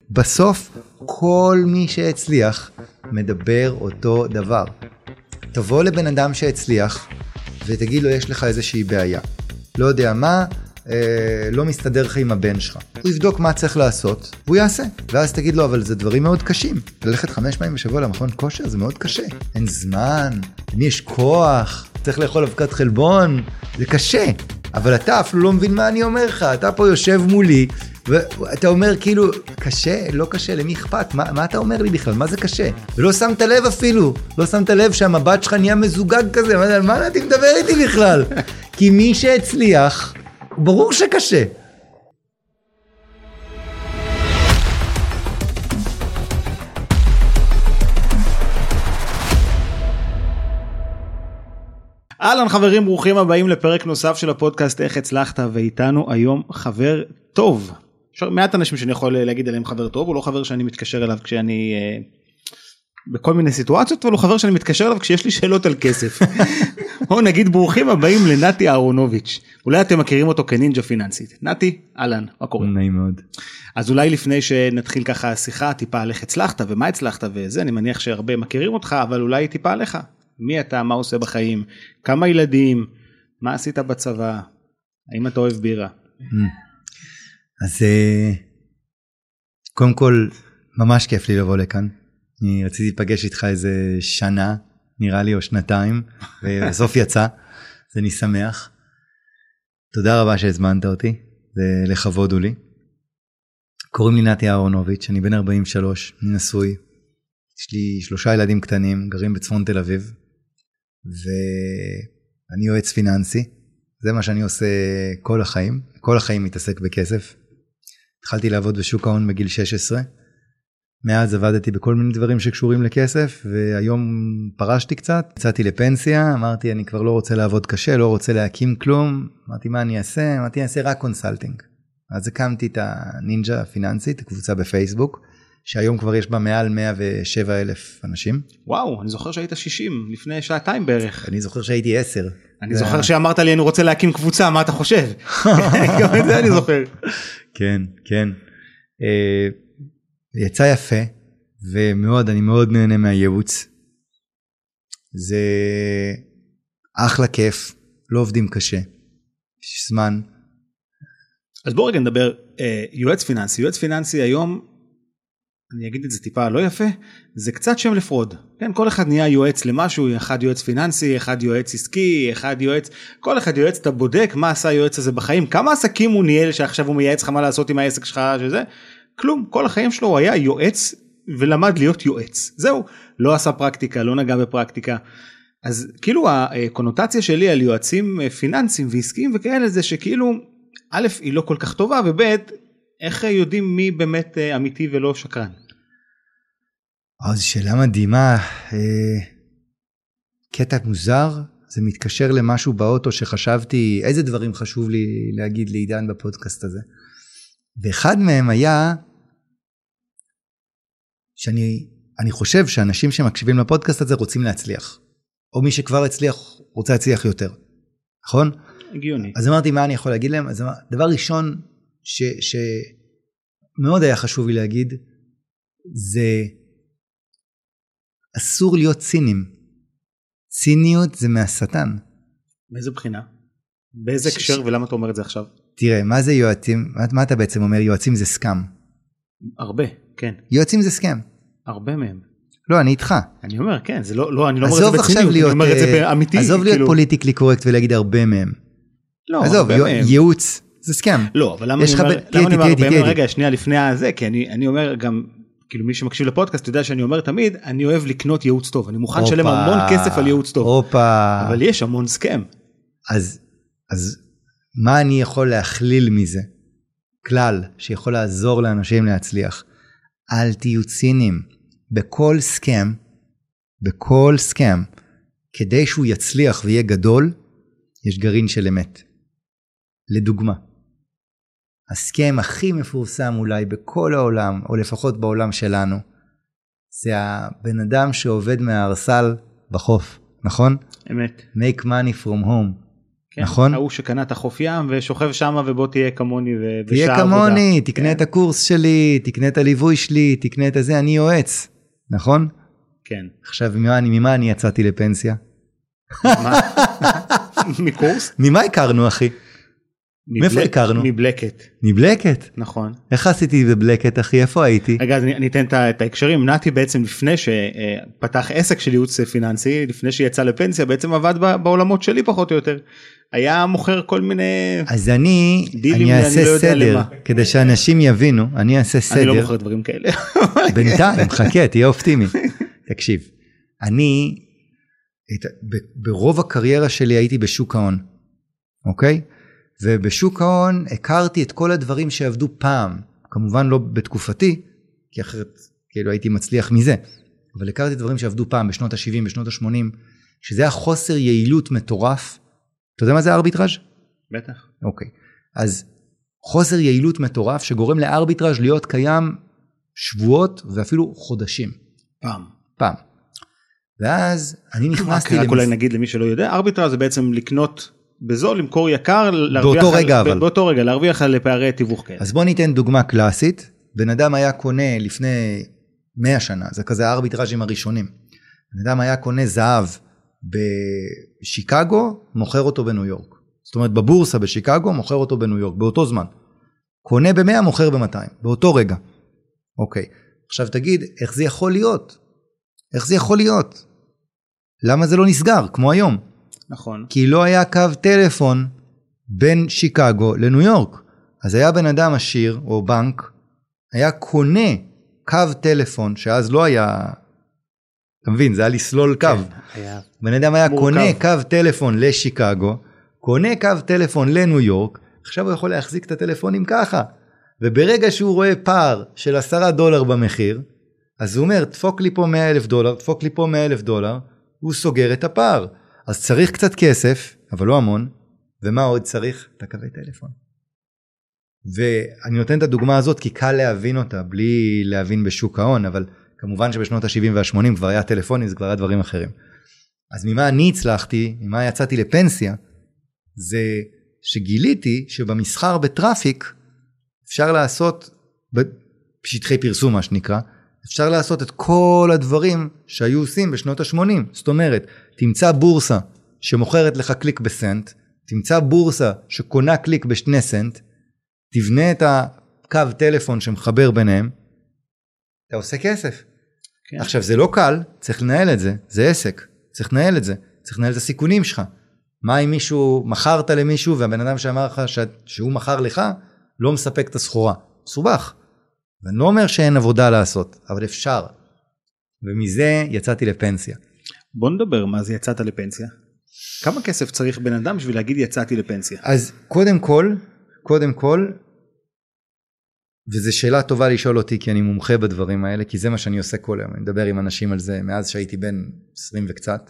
בסוף, כל מי שהצליח מדבר אותו דבר. תבוא לבן אדם שהצליח, ותגיד לו, יש לך איזושהי בעיה. לא יודע מה, לא מסתדר לך עם הבן שלך. הוא יבדוק מה צריך לעשות, והוא יעשה. ואז תגיד לו, אבל זה דברים מאוד קשים. ללכת 5 פעמים בשבוע למכון כושר, זה מאוד קשה. אין זמן, למי יש כוח, צריך לאכול אבקת חלבון, זה קשה. אבל אתה אפילו לא מבין מה אני אומר לך. אתה פה יושב מולי, ואתה אומר כאילו, קשה, לא קשה, למי אכפת? מה אתה אומר לי בכלל? מה זה קשה? ולא שמת לב אפילו, לא שמת לב שהמבט שלך נהיה מזוגג כזה, על מה אתה מדבר איתי בכלל? כי מי שהצליח, ברור שקשה. אהלן חברים, ברוכים הבאים לפרק נוסף של הפודקאסט איך הצלחת, ואיתנו היום חבר טוב. מעט אנשים שאני יכול להגיד עליהם חבר טוב, הוא לא חבר שאני מתקשר אליו כשאני בכל מיני סיטואציות, אבל הוא חבר שאני מתקשר אליו כשיש לי שאלות על כסף. או נגיד ברוכים הבאים לנתי אהרונוביץ'. אולי אתם מכירים אותו כנינג'ה פיננסית. נתי, אהלן, מה קורה? נעים מאוד. אז אולי לפני שנתחיל ככה שיחה, טיפה על איך הצלחת ומה הצלחת וזה, אני מניח שהרבה מכירים אותך, אבל אולי טיפה עליך. מי אתה, מה עושה בחיים, כמה ילדים, מה עשית בצבא, האם אתה אוהב בירה? אז קודם כל, ממש כיף לי לבוא לכאן. אני רציתי להיפגש איתך איזה שנה, נראה לי, או שנתיים, ובסוף יצא, אז אני שמח. תודה רבה שהזמנת אותי, זה לכבוד הוא לי. קוראים לי נתי אהרונוביץ', אני בן 43, אני נשוי. יש לי 3 ילדים קטנים, גרים בצפון תל אביב, ואני יועץ פיננסי, זה מה שאני עושה כל החיים, כל החיים מתעסק בכסף. התחלתי לעבוד בשוק ההון בגיל 16, מאז עבדתי בכל מיני דברים שקשורים לכסף, והיום פרשתי קצת, יצאתי לפנסיה, אמרתי אני כבר לא רוצה לעבוד קשה, לא רוצה להקים כלום, אמרתי מה אני אעשה? אמרתי אני אעשה רק קונסלטינג. אז הקמתי את הנינג'ה הפיננסית, קבוצה בפייסבוק, שהיום כבר יש בה מעל 107,000 אנשים. וואו, אני זוכר שהיית 60, לפני שעתיים בערך. אני זוכר שהייתי 10. אני זוכר שאמרת לי אני רוצה להקים קבוצה, מה אתה חושב? גם את זה אני זוכר. כן, כן. יצא יפה, ומאוד, אני מאוד נהנה מהייעוץ. זה אחלה כיף, לא עובדים קשה. יש זמן. אז בואו רגע נדבר, יועץ פיננסי. יועץ פיננסי היום, אני אגיד את זה טיפה לא יפה, זה קצת שם לפרוד. כן, כל אחד נהיה יועץ למשהו, אחד יועץ פיננסי, אחד יועץ עסקי, אחד יועץ, כל אחד יועץ, אתה בודק מה עשה היועץ הזה בחיים, כמה עסקים הוא ניהל שעכשיו הוא מייעץ לך מה לעשות עם העסק שלך, שזה, כלום, כל החיים שלו הוא היה יועץ ולמד להיות יועץ. זהו, לא עשה פרקטיקה, לא נגע בפרקטיקה. אז כאילו הקונוטציה שלי על יועצים פיננסיים ועסקיים וכאלה זה שכאילו, א', היא לא כל כך טובה, וב', איך יודעים מי באמת אמיתי ולא שקרן? אז שאלה מדהימה, קטע מוזר, זה מתקשר למשהו באוטו שחשבתי, איזה דברים חשוב לי להגיד לעידן בפודקאסט הזה. ואחד מהם היה, שאני חושב שאנשים שמקשיבים לפודקאסט הזה רוצים להצליח, או מי שכבר הצליח רוצה להצליח יותר, נכון? הגיוני. אז אמרתי מה אני יכול להגיד להם, אז דבר ראשון שמאוד היה חשוב לי להגיד, זה אסור להיות צינים. ציניות זה מהשטן. מאיזה בחינה? באיזה הקשר ולמה אתה אומר את זה עכשיו? תראה, מה זה יועצים? מה אתה בעצם אומר? יועצים זה סקאם. הרבה, כן. יועצים זה סקאם. הרבה מהם. לא, אני איתך. אני אומר, כן, זה לא, אני לא אומר את זה בציניות, אני אומר את זה באמיתי. עזוב להיות פוליטיקלי קורקט ולהגיד הרבה מהם. לא, עזוב, ייעוץ זה סקאם. לא, אבל למה אני אומר הרבה מהם? רגע, שנייה לפני הזה, כי אני אומר גם, כאילו מי שמקשיב לפודקאסט, אתה יודע שאני אומר תמיד, אני אוהב לקנות ייעוץ טוב, אני מוכן לשלם המון כסף על ייעוץ טוב. אבל יש המון סקאם. אז מה אני יכול להכליל מזה? כלל שיכול לעזור לאנשים להצליח. אל תהיו צינים. בכל סקאם, כדי שהוא יצליח ויהיה גדול, יש גרעין של אמת. לדוגמה, הסקאם הכי מפורסם אולי בכל העולם, או לפחות בעולם שלנו, זה הבן אדם שעובד מהארסל בחוף, נכון? אמת. Make money from home. נכון? ההוא שקנה את החוף ים ושוכב שם ובוא תהיה כמוני תהיה כמוני, תקנה את הקורס שלי, תקנה את הליווי שלי, תקנה את הזה, אני יועץ, נכון? כן. עכשיו, ממה אני יצאתי לפנסיה? מקורס? ממה הכרנו, אחי? מאיפה הכרנו? מבלקט. מבלקט? נכון. איך עשיתי בבלקט, אחי? איפה הייתי? רגע, אז אני אתן את ההקשרים. נתי בעצם לפני שפתח עסק של ייעוץ פיננסי, לפני שיצא לפנסיה, בעצם עבד בעולמות שלי פחות או יותר. היה מוכר כל מיני אז אני אעשה סדר, כדי שאנשים יבינו, אני אעשה סדר. אני לא מוכר דברים כאלה. בינתיים, חכה, תהיה אופטימי. תקשיב, אני, ברוב הקריירה שלי הייתי בשוק ההון, אוקיי? ובשוק ההון הכרתי את כל הדברים שעבדו פעם, כמובן לא בתקופתי, כי אחרת כאילו הייתי מצליח מזה, אבל הכרתי דברים שעבדו פעם בשנות ה-70, בשנות ה-80, שזה היה חוסר יעילות מטורף. אתה יודע מה זה ארביטראז'? בטח. אוקיי. אז חוסר יעילות מטורף שגורם לארביטראז' להיות קיים שבועות ואפילו חודשים. פעם. ואז אני נכנסתי... רק אולי נגיד למי שלא יודע, ארביטראז' זה בעצם לקנות בזול, למכור יקר, באותו רגע, להרוויח על פערי תיווך כאלה. אז בוא ניתן דוגמה קלאסית. בן אדם היה קונה לפני 100 שנה, זה כזה הארביטראז'ים הראשונים. בן אדם היה קונה זהב בשיקגו, מוכר אותו בניו יורק. זאת אומרת, בבורסה בשיקגו, מוכר אותו בניו יורק, באותו זמן. קונה ב-100, מוכר ב-200, באותו רגע. אוקיי. עכשיו תגיד, איך זה יכול להיות? איך זה יכול להיות? למה זה לא נסגר, כמו היום? נכון. כי לא היה קו טלפון בין שיקגו לניו יורק. אז היה בן אדם עשיר, או בנק, היה קונה קו טלפון, שאז לא היה, אתה מבין, זה היה לסלול קו. היה בן אדם היה קונה קו טלפון לשיקגו, קונה קו טלפון לניו יורק, עכשיו הוא יכול להחזיק את הטלפונים ככה. וברגע שהוא רואה פער של $10 במחיר, אז הוא אומר, דפוק לי פה $100,000, דפוק לי פה $100,000, הוא סוגר את הפער. אז צריך קצת כסף, אבל לא המון, ומה עוד צריך? את הקווי טלפון. ואני נותן את הדוגמה הזאת כי קל להבין אותה, בלי להבין בשוק ההון, אבל כמובן שבשנות ה-70 וה-80 כבר היה טלפונים, זה כבר היה דברים אחרים. אז ממה אני הצלחתי, ממה יצאתי לפנסיה, זה שגיליתי שבמסחר בטראפיק, אפשר לעשות, בשטחי פרסום מה שנקרא, אפשר לעשות את כל הדברים שהיו עושים בשנות ה-80. זאת אומרת, תמצא בורסה שמוכרת לך קליק בסנט, תמצא בורסה שקונה קליק ב2 סנט, תבנה את הקו טלפון שמחבר ביניהם, אתה עושה כסף. כן. עכשיו זה לא קל, צריך לנהל את זה, זה עסק, צריך לנהל את זה, צריך לנהל את הסיכונים שלך. מה אם מישהו, מכרת למישהו והבן אדם שאמר לך שהוא מכר לך, לא מספק את הסחורה, סובך. ואני לא אומר שאין עבודה לעשות, אבל אפשר. ומזה יצאתי לפנסיה. בוא נדבר מה זה יצאת לפנסיה. כמה כסף צריך בן אדם בשביל להגיד יצאתי לפנסיה? אז קודם כל, וזו שאלה טובה לשאול אותי, כי אני מומחה בדברים האלה, כי זה מה שאני עושה כל היום. אני מדבר עם אנשים על זה מאז שהייתי בן 20 וקצת.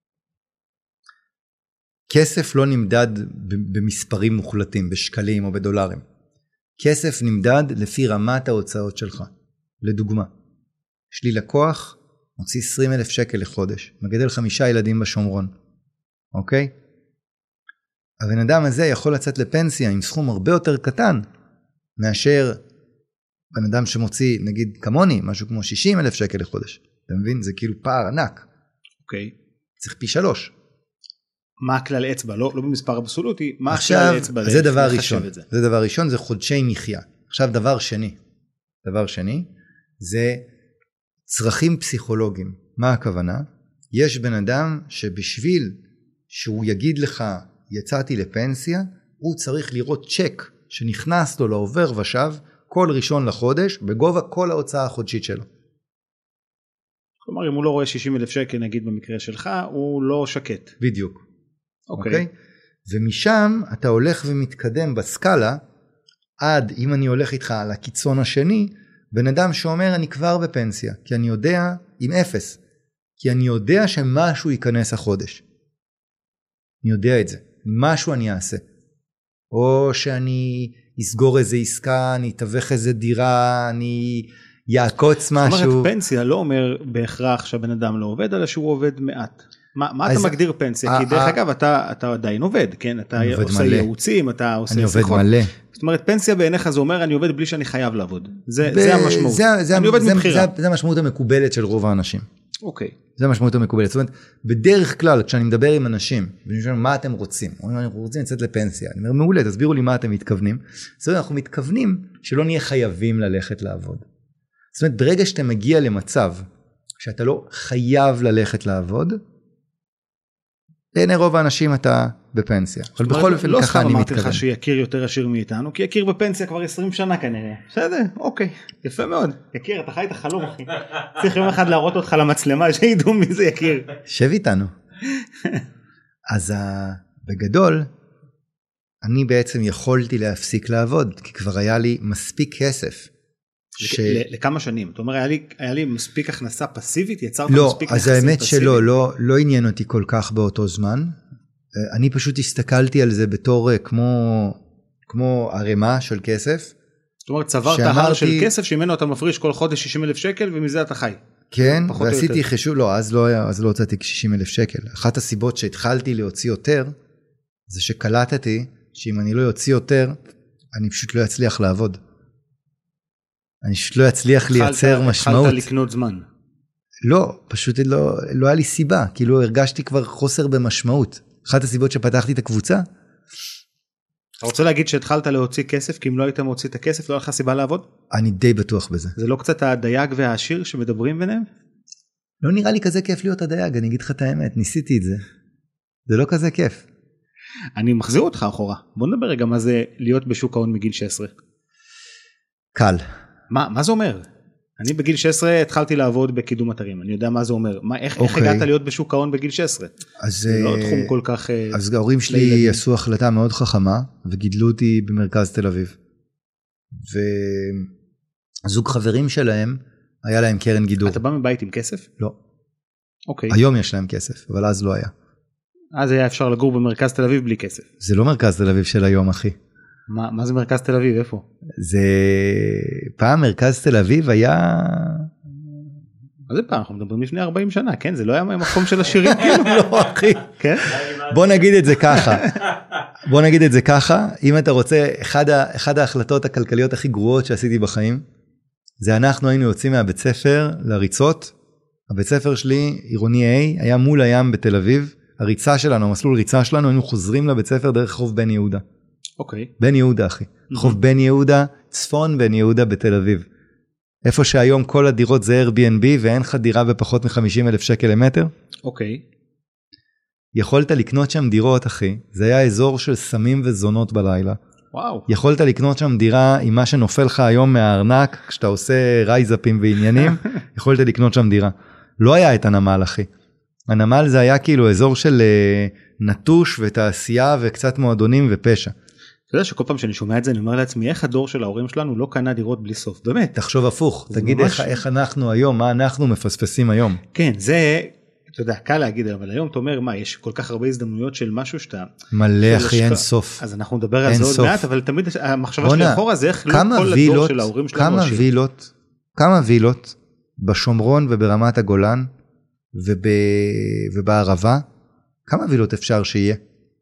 כסף לא נמדד במספרים מוחלטים, בשקלים או בדולרים. כסף נמדד לפי רמת ההוצאות שלך. לדוגמה, יש לי לקוח, מוציא 20,000 שקל לחודש, מגדל 5 ילדים בשומרון. אוקיי? הבן אדם הזה יכול לצאת לפנסיה עם סכום הרבה יותר קטן, מאשר בן אדם שמוציא, נגיד כמוני, משהו כמו 60,000 שקל לחודש. אתה מבין? זה כאילו פער ענק. אוקיי. צריך פי 3. מה הכלל אצבע? לא במספר אבסולוטי, מה הכלל אצבע? זה דבר ראשון. זה דבר ראשון, זה חודשי מחיה. עכשיו דבר שני, זה צרכים פסיכולוגיים. מה הכוונה? יש בן אדם שבשביל שהוא יגיד לך, יצאתי לפנסיה, הוא צריך לראות צ'ק שנכנס לו לעובר ושב, כל ראשון לחודש, בגובה כל ההוצאה החודשית שלו. כלומר, אם הוא לא רואה 60,000 שקל, נגיד במקרה שלך, הוא לא שקט. בדיוק. אוקיי? ומשם אתה הולך ומתקדם בסקאלה, עד אם אני הולך איתך על הקיצון השני, בן אדם שאומר אני כבר בפנסיה, כי אני יודע עם 0, כי אני יודע שמשהו ייכנס החודש. אני יודע את זה, משהו אני אעשה. או שאני אסגור איזה עסקה, אני אתווך איזה דירה, אני יעקוץ משהו. זאת אומרת, פנסיה לא אומר בהכרח שהבן אדם לא עובד, אלא שהוא עובד מעט. מה אתה מגדיר פנסיה? כי דרך אגב, אתה עדיין עובד, כן? אתה עושה ייעוצים, אתה עושה שיחות. אני עובד מלא. זאת אומרת, פנסיה בעיניך זה אומר, אני עובד בלי שאני חייב לעבוד. זה המשמעות. אני עובד מבחירה. זה המשמעות המקובלת של רוב האנשים. אוקיי. זה המשמעות המקובלת. זאת אומרת, בדרך כלל, כשאני מדבר עם אנשים, ואני שואל, מה אתם רוצים? אנחנו רוצים לצאת לפנסיה. אני אומר, מעולה, תסבירו לי מה אתם מתכוונים. זאת אומרת, אנחנו מתכוונים שלא נהיה חייבים ללכת לעבוד. זאת אומרת, ברגע שאתה מגיע למצב שאתה לא חייב ללכת לעבוד, בעיני רוב האנשים אתה בפנסיה. אבל בכל אופן לא ככה אני סתם מתכוון. אמרתי לך שיקיר יותר עשיר מאיתנו, כי יקיר בפנסיה כבר 20 שנה כנראה. בסדר, אוקיי, יפה מאוד. יקיר, אתה חי את החלום, אחי. צריך יום אחד להראות אותך למצלמה, שידעו מי זה יקיר. שב איתנו. אז בגדול, אני בעצם יכולתי להפסיק לעבוד, כי כבר היה לי מספיק כסף. לכמה שנים? זאת אומרת, היה לי מספיק הכנסה פסיבית, יצרת לא, מספיק אז האמת שלא, לא עניין אותי כל כך באותו זמן. אני פשוט הסתכלתי על זה בתור כמו ערימה של כסף. זאת אומרת, צברת הר של כסף שממנו אתה מפריש כל חודש 60,000 שקל ומזה אתה חי. כן, ועשיתי חישוב, לא, אז לא הוצאתי 60,000 שקל. אחת הסיבות שהתחלתי להוציא יותר, זה שקלטתי שאם אני לא יוציא יותר, אני פשוט לא אצליח לעבוד. אני פשוט לא אצליח לייצר משמעות. התחלת לקנות זמן. לא, פשוט לא היה לי סיבה, כאילו הרגשתי כבר חוסר במשמעות. אחת הסיבות שפתחתי את הקבוצה. אתה רוצה להגיד שהתחלת להוציא כסף, כי אם לא היית מוציא את הכסף, לא היה לך סיבה לעבוד? אני די בטוח בזה. זה לא קצת הדייג והעשיר שמדברים ביניהם? לא נראה לי כזה כיף להיות הדייג, אני אגיד לך את האמת, ניסיתי את זה. זה לא כזה כיף. אני מחזיר אותך אחורה. בוא נדבר רגע מה זה להיות בשוק ההון מגיל 16. קל. מה זה אומר? אני בגיל 16 התחלתי לעבוד בקידום אתרים, אני יודע מה זה אומר. איך הגעת להיות בשוק ההון בגיל 16? זה לא תחום כל כך... אז ההורים שלי עשו החלטה מאוד חכמה, וגידלו אותי במרכז תל אביב. וזוג חברים שלהם, היה להם קרן גידור. אתה בא מבית עם כסף? לא. אוקיי. היום יש להם כסף, אבל אז לא היה. אז היה אפשר לגור במרכז תל אביב בלי כסף. זה לא מרכז תל אביב של היום, אחי. מה זה מרכז תל אביב? איפה? זה פעם מרכז תל אביב היה... מה זה פעם? אנחנו מדברים לפני 40 שנה, כן? זה לא היה מקום של השירים כאילו? לא, אחי. כן? בוא נגיד את זה ככה. אם אתה רוצה, אחד ההחלטות הכלכליות הכי גרועות שעשיתי בחיים, זה אנחנו היינו יוצאים מהבית ספר לריצות. הבית ספר שלי, עירוני A, היה מול הים בתל אביב. הריצה שלנו, המסלול ריצה שלנו, היינו חוזרים לבית ספר דרך רחוב בן יהודה. אוקיי. בן יהודה, אחי. רחוב בן יהודה, צפון בן יהודה בתל אביב. איפה שהיום כל הדירות זה Airbnb, ואין לך דירה בפחות מ-50,000 שקל למטר. אוקיי. יכולת לקנות שם דירות, אחי. זה היה אזור של סמים וזונות בלילה. וואו. יכולת לקנות שם דירה עם מה שנופל לך היום מהארנק, כשאתה עושה רייזאפים ועניינים, יכולת לקנות שם דירה. לא היה את הנמל, אחי. הנמל זה היה כאילו אזור של נטוש ותעשייה וקצת מועדונים ופשע. אתה יודע שכל פעם שאני שומע את זה, אני אומר לעצמי, איך הדור של ההורים שלנו לא קנה דירות בלי סוף, באמת. תחשוב הפוך, תגיד איך אנחנו היום, מה אנחנו מפספסים היום. כן, זה, אתה יודע, קל להגיד, אבל היום אתה אומר, מה, יש כל כך הרבה הזדמנויות של משהו שאתה... מלא אחי, אין סוף. אז אנחנו נדבר על זה עוד מעט, אבל תמיד המחשבה שלי אחורה זה איך לא כל הדור של ההורים שלנו עשיר. כמה וילות בשומרון וברמת הגולן ובערבה, כמה וילות אפשר שיהיה?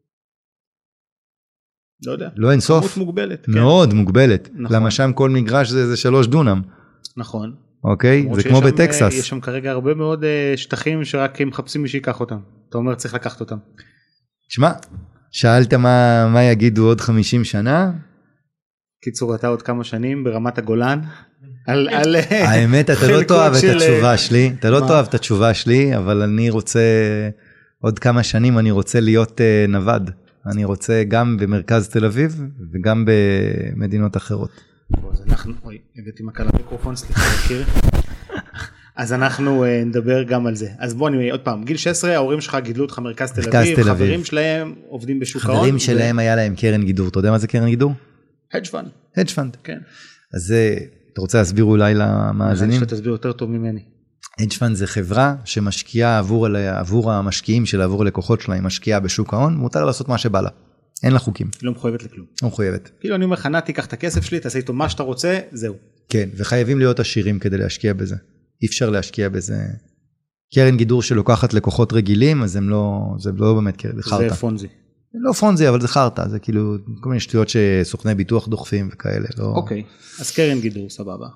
לא יודע. לא אין סוף. כמות מוגבלת. מאוד כן. מוגבלת. נכון. למה שם כל מגרש זה 3 דונם. נכון. אוקיי? זה כמו בטקסס. יש שם כרגע הרבה מאוד שטחים שרק הם מחפשים מי שיקח אותם. אתה אומר צריך לקחת אותם. תשמע, שאלת מה יגידו עוד 50 שנה? קיצור, אתה עוד כמה שנים ברמת הגולן? האמת, אתה לא תאהב את התשובה שלי. אתה לא תאהב את התשובה שלי, אבל אני רוצה, עוד כמה שנים אני רוצה להיות נווד. אני רוצה גם במרכז תל אביב וגם במדינות אחרות. אז אנחנו, הבאתי מכה למיקרופון, סליחה, מכיר. אז אנחנו נדבר גם על זה. אז בוא אני עוד פעם, גיל 16, ההורים שלך גידלו אותך מרכז תל אביב, חברים שלהם עובדים בשוק ההון. חברים שלהם היה להם קרן גידור, אתה יודע מה זה קרן גידור? hedge fund. hedge fund. כן. אז אתה רוצה להסביר אולי למאזינים? אני תסביר יותר טוב ממני. hedge fund זה חברה שמשקיעה עבור המשקיעים שלה, עבור הלקוחות שלה, היא משקיעה בשוק ההון, מותר לעשות מה שבא לה. אין לה חוקים. היא לא מחויבת לכלום. לא מחויבת. כאילו אני אומר לך, תיקח את הכסף שלי, תעשה איתו מה שאתה רוצה, זהו. כן, וחייבים להיות עשירים כדי להשקיע בזה. אי אפשר להשקיע בזה קרן גידור שלוקחת לקוחות רגילים, אז זה לא באמת קרן, זה חרטה. זה פונזי. לא פונזי, אבל זה חרטה, זה כאילו כל מיני שטויות שסוכני ביטוח דוחפים וכאלה. אוקיי, אז קרן גידור, סבבה.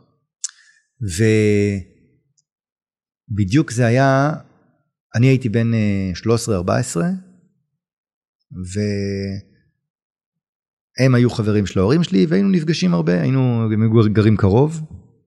ובדיוק זה היה, אני הייתי בן 13-14, והם היו חברים של ההורים שלי, והיינו נפגשים הרבה, היינו גרים קרוב,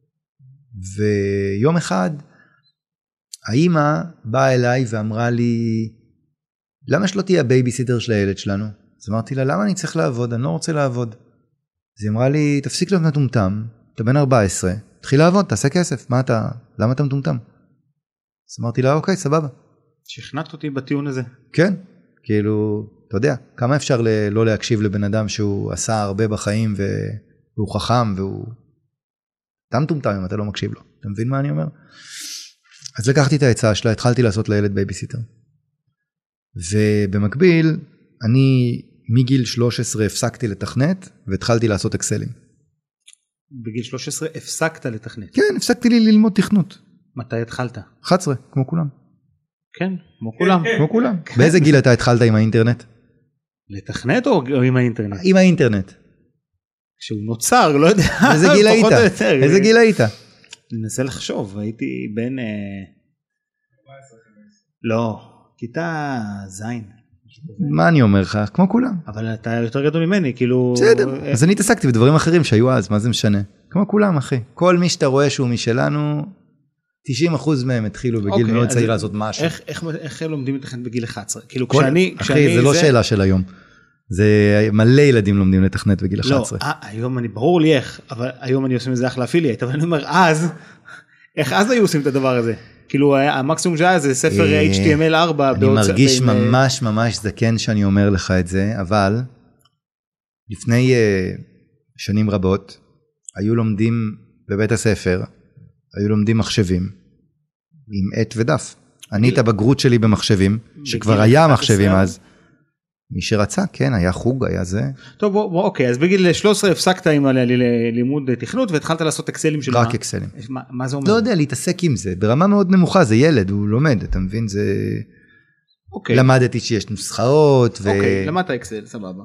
ויום אחד, האמא באה אליי ואמרה לי, למה שלא תהיה הבייביסיטר של הילד שלנו? אז אמרתי לה, למה אני צריך לעבוד? אני לא רוצה לעבוד. אז היא אמרה לי, תפסיק להיות מטומטם, אתה בן 14, תתחיל לעבוד, תעשה כסף, למה אתה מטומטם? אז אמרתי לה, אוקיי, סבבה. שכנעת אותי בטיעון הזה. כן, כאילו, אתה יודע, כמה אפשר לא להקשיב לבן אדם שהוא עשה הרבה בחיים והוא חכם והוא... אתה מטומטם אם אתה לא מקשיב לו. אתה מבין מה אני אומר? אז לקחתי את ההצעה שלה, התחלתי לעשות לילד בייביסיטר. ובמקביל, אני מגיל 13 הפסקתי לתכנת והתחלתי לעשות אקסלים. בגיל 13 הפסקת לתכנת? כן, הפסקתי לי ללמוד תכנות. מתי התחלת? 11, כמו כולם. כן, כמו כולם. כמו כולם. באיזה גיל אתה התחלת עם האינטרנט? לתכנת או עם האינטרנט? עם האינטרנט. כשהוא נוצר, לא יודע. איזה גיל היית? איזה גיל היית? ננסה לחשוב, הייתי בין... לא, כיתה זין. מה אני אומר לך? כמו כולם. אבל אתה יותר גדול ממני, כאילו... בסדר, אז אני התעסקתי בדברים אחרים שהיו אז, מה זה משנה? כמו כולם, אחי. כל מי שאתה רואה שהוא משלנו, 90% מהם התחילו בגיל מאוד צעיר לעשות משהו. איך לומדים לתכנת בגיל 11? כאילו אחי, זה לא שאלה של היום. זה מלא ילדים לומדים לתכנת בגיל 11. לא, היום ברור לי איך, אבל היום אני עושים את זה אחלה אפילייט, אבל אני אומר, איך אז היו עושים את הדבר הזה? כאילו המקסימום שהיה זה ספר HTML4. אני מרגיש ממש ממש זקן שאני אומר לך את זה, אבל לפני שנים רבות, היו לומדים בבית הספר, היו לומדים מחשבים, עם עט ודף. אני את הבגרות שלי במחשבים, שכבר היה מחשבים אז, מי שרצה, כן, היה חוג, היה זה. טוב, אוקיי, אז בגיל 13 הפסקת עם לימוד תכנות, והתחלת לעשות אקסלים של מה? רק אקסלים. מה זה אומר? לא יודע, להתעסק עם זה, ברמה מאוד נמוכה, זה ילד, הוא לומד, אתה מבין, זה... אוקיי. למדתי שיש נוסחאות, אוקיי, למדת אקסל, סבבה.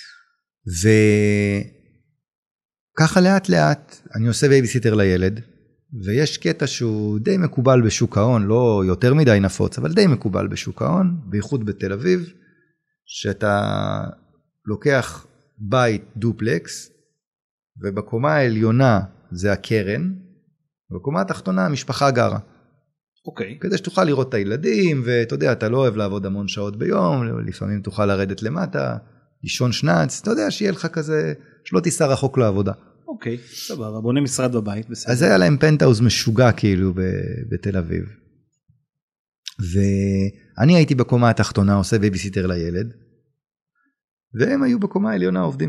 וככה לאט לאט, אני עושה בייביסיטר לילד, ויש קטע שהוא די מקובל בשוק ההון, לא יותר מדי נפוץ, אבל די מקובל בשוק ההון, בייחוד בתל אביב, שאתה לוקח בית דופלקס, ובקומה העליונה זה הקרן, ובקומה התחתונה המשפחה גרה. אוקיי. כדי שתוכל לראות את הילדים, ואתה יודע, אתה לא אוהב לעבוד המון שעות ביום, לפעמים תוכל לרדת למטה, לישון שנץ, אתה יודע שיהיה לך כזה, שלא תיסע רחוק לעבודה. אוקיי, סבבה, בונה משרד בבית, בסדר. אז היה להם פנטהאוז משוגע כאילו בתל אביב. ואני הייתי בקומה התחתונה, עושה בייביסיטר לילד, והם היו בקומה העליונה עובדים.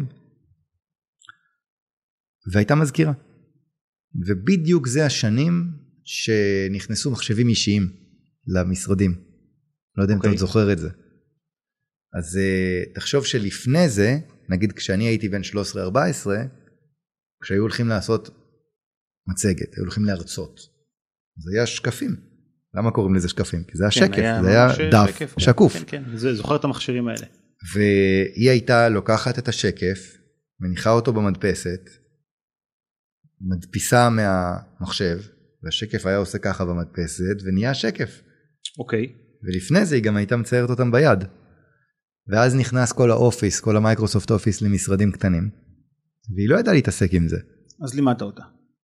והייתה מזכירה. ובדיוק זה השנים שנכנסו מחשבים אישיים למשרדים. לא יודע אם אתה עוד זוכר את זה. אז תחשוב שלפני זה, נגיד כשאני הייתי בן 13-14, כשהיו הולכים לעשות מצגת, היו הולכים להרצות. זה היה שקפים. למה קוראים לזה שקפים? כי זה היה שקף, זה היה דף, שקוף. כן, כן, זוכר את המכשירים האלה. והיא הייתה לוקחת את השקף, מניחה אותו במדפסת, מדפיסה מהמחשב, והשקף היה עושה ככה במדפסת, ונהיה שקף. אוקיי. ולפני זה היא גם הייתה מציירת אותם ביד. ואז נכנס כל האופיס, כל המייקרוסופט אופיס למשרדים קטנים, והיא לא ידעה להתעסק עם זה. אז לימדת אותה.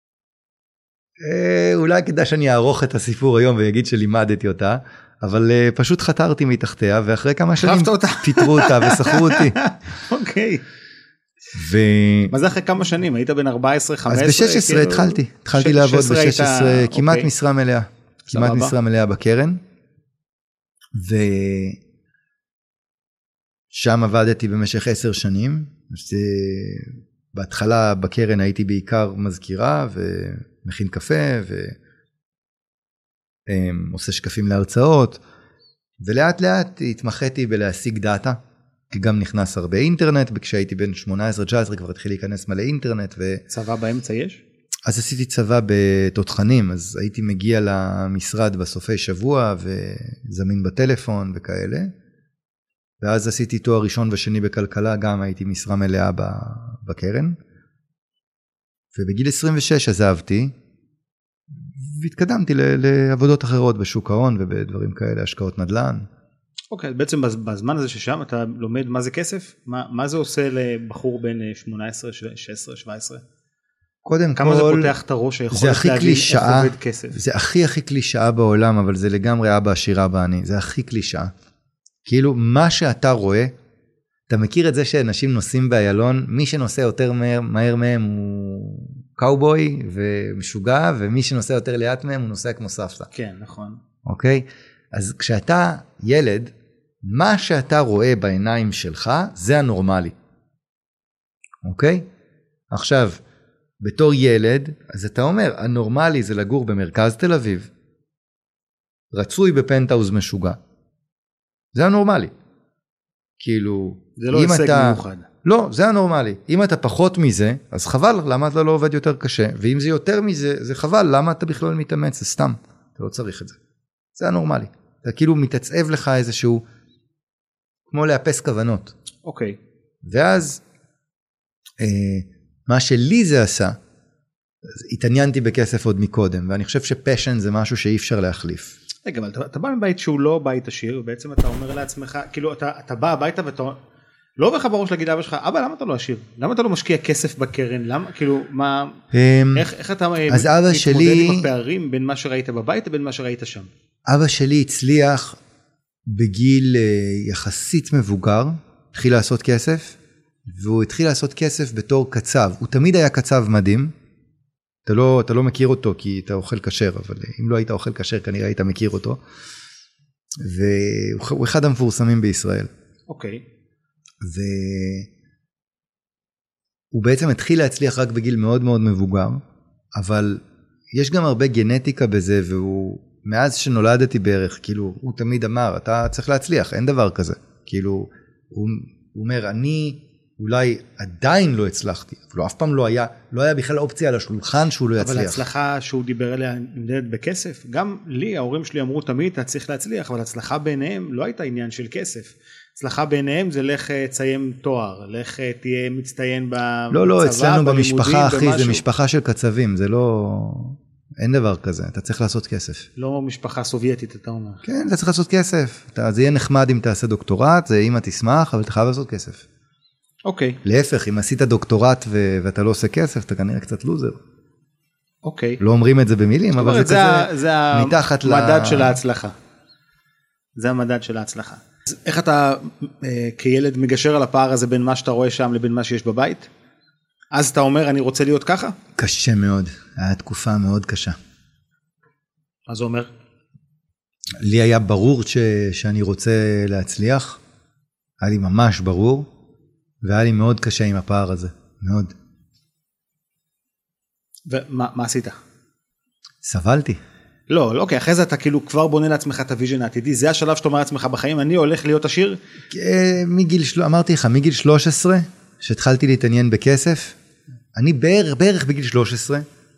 אולי כדאי שאני אערוך את הסיפור היום ויגיד שלימדתי אותה, אבל פשוט חתרתי מתחתיה, ואחרי כמה שנים פיטרו אותה ושכרו אותי. אוקיי. מה זה אחרי כמה שנים? היית בן 14-15? אז ב-16 התחלתי לעבוד ב-16, כמעט משרה מלאה. כמעט משרה מלאה בקרן. ושם עבדתי במשך 10 שנים. בהתחלה בקרן הייתי בעיקר מזכירה ומכין קפה ועושה שקפים להרצאות, ולאט לאט התמחיתי בלהשיג דאטה, כי גם נכנס הרבה אינטרנט, כשהייתי בן 18-19 כבר התחיל להיכנס מלא אינטרנט. צבא באמצע יש? אז עשיתי צבא בתותחנים, אז הייתי מגיע למשרד בסופי שבוע וזמין בטלפון וכאלה. ואז עשיתי תואר ראשון ושני בכלכלה, גם הייתי משרה מלאה בקרן. ובגיל 26 עזבתי, והתקדמתי לעבודות אחרות בשוק ההון ובדברים כאלה, השקעות נדל"ן. אוקיי, בעצם בזמן הזה ששם אתה לומד מה זה כסף? מה זה עושה לבחור בין 18, 16, 17? קודם כמה כל, זה פותח את הראש היכולת להבין איך עובד כסף? זה הכי קלישאה בעולם, אבל זה לגמרי אבא עשיר אבא עני, זה הכי קלישאה. כאילו מה שאתה רואה, אתה מכיר את זה שאנשים נוסעים באיילון, מי שנוסע יותר מהר מהם הוא קאובוי ומשוגע, ומי שנוסע יותר לאט מהם הוא נוסע כמו סבתא. כן, נכון. אוקיי? אז כשאתה ילד, מה שאתה רואה בעיניים שלך, זה הנורמלי. אוקיי? עכשיו, בתור ילד, אז אתה אומר, הנורמלי זה לגור במרכז תל אביב, רצוי בפנטאוז משוגע. זה הנורמלי. כאילו, זה לא הישג מיוחד. לא, זה הנורמלי. אם אתה פחות מזה, אז חבל, למה אתה לא עובד יותר קשה? ואם זה יותר מזה, זה חבל, למה אתה בכלל מתאמץ? זה סתם, אתה לא צריך את זה. זה הנורמלי. אתה כאילו מתעצב לך איזשהו, כמו לאפס כוונות. אוקיי. ואז, מה שלי זה עשה, התעניינתי בכסף עוד מקודם, ואני חושב שפשן זה משהו שאי אפשר להחליף. רגע, אבל אתה בא מבית שהוא לא בית עשיר, ובעצם אתה אומר לעצמך, כאילו אתה בא הביתה ואתה, לא עובר לך בראש להגיד לאבא שלך, אבא למה אתה לא עשיר? למה אתה לא משקיע כסף בקרן? למה, כאילו, מה, איך אתה מתמודד עם הפערים בין מה שראית בבית לבין מה שראית שם? אבא שלי הצליח בגיל יחסית מבוגר, התחיל לעשות כסף, והוא התחיל לעשות כסף בתור קצב. הוא תמיד היה קצב מדהים, אתה לא מכיר אותו כי אתה אוכל כשר, אבל אם לא היית אוכל כשר כנראה היית מכיר אותו. והוא אחד המפורסמים בישראל. אוקיי. והוא בעצם התחיל להצליח רק בגיל מאוד מאוד מבוגר, אבל יש גם הרבה גנטיקה בזה, והוא, מאז שנולדתי בערך, כאילו, הוא תמיד אמר, אתה צריך להצליח, אין דבר כזה. כאילו, הוא אומר, אני אולי עדיין לא הצלחתי, אבל אף פעם לא היה בכלל אופציה על השולחן שהוא לא יצליח. אבל ההצלחה שהוא דיבר עליה נמדדת בכסף, גם לי, ההורים שלי אמרו תמיד, אתה צריך להצליח, אבל הצלחה ביניהם לא הייתה עניין של כסף. הצלחה ביניהם זה לך תסיים תואר, לך תהיה מצטיין בצבא, לא, אצלנו במשפחה, אחי, זה משפחה של קצבים, זה לא, אין דבר כזה, אתה צריך לעשות כסף. לא משפחה סובייטית, אתה אומר. כן, אתה צריך לעשות כסף, זה יהיה נחמד אם תעשה דוקטורט, זה אמא תשמח, אבל אתה חייב לעשות כסף. אוקיי. להפך, אם עשית דוקטורט ואתה לא עושה כסף, אתה כנראה קצת לוזר. אוקיי. לא אומרים את זה במילים, אבל זה כזה מתחת זה המדד של ההצלחה. זה המדד של ההצלחה. אז איך אתה כילד מגשר על הפער הזה בין מה שאתה רואה שם לבין מה שיש בבית? אז אתה אומר, אני רוצה להיות ככה? קשה מאוד. היה תקופה מאוד קשה. מה זה אומר? לי היה ברור שאני רוצה להצליח. היה לי ממש ברור. והיה לי מאוד קשה עם הפער הזה. מאוד. ומה עשית? סבלתי. לא, אוקיי, אחרי זה אתה כאילו כבר בונה לעצמך את הוויז'ן העתידי, זה השלב שאתה אומר לעצמך בחיים, אני הולך להיות עשיר? אמרתי לך, מגיל 13, שהתחלתי להתעניין בכסף, אני בערך בגיל 13,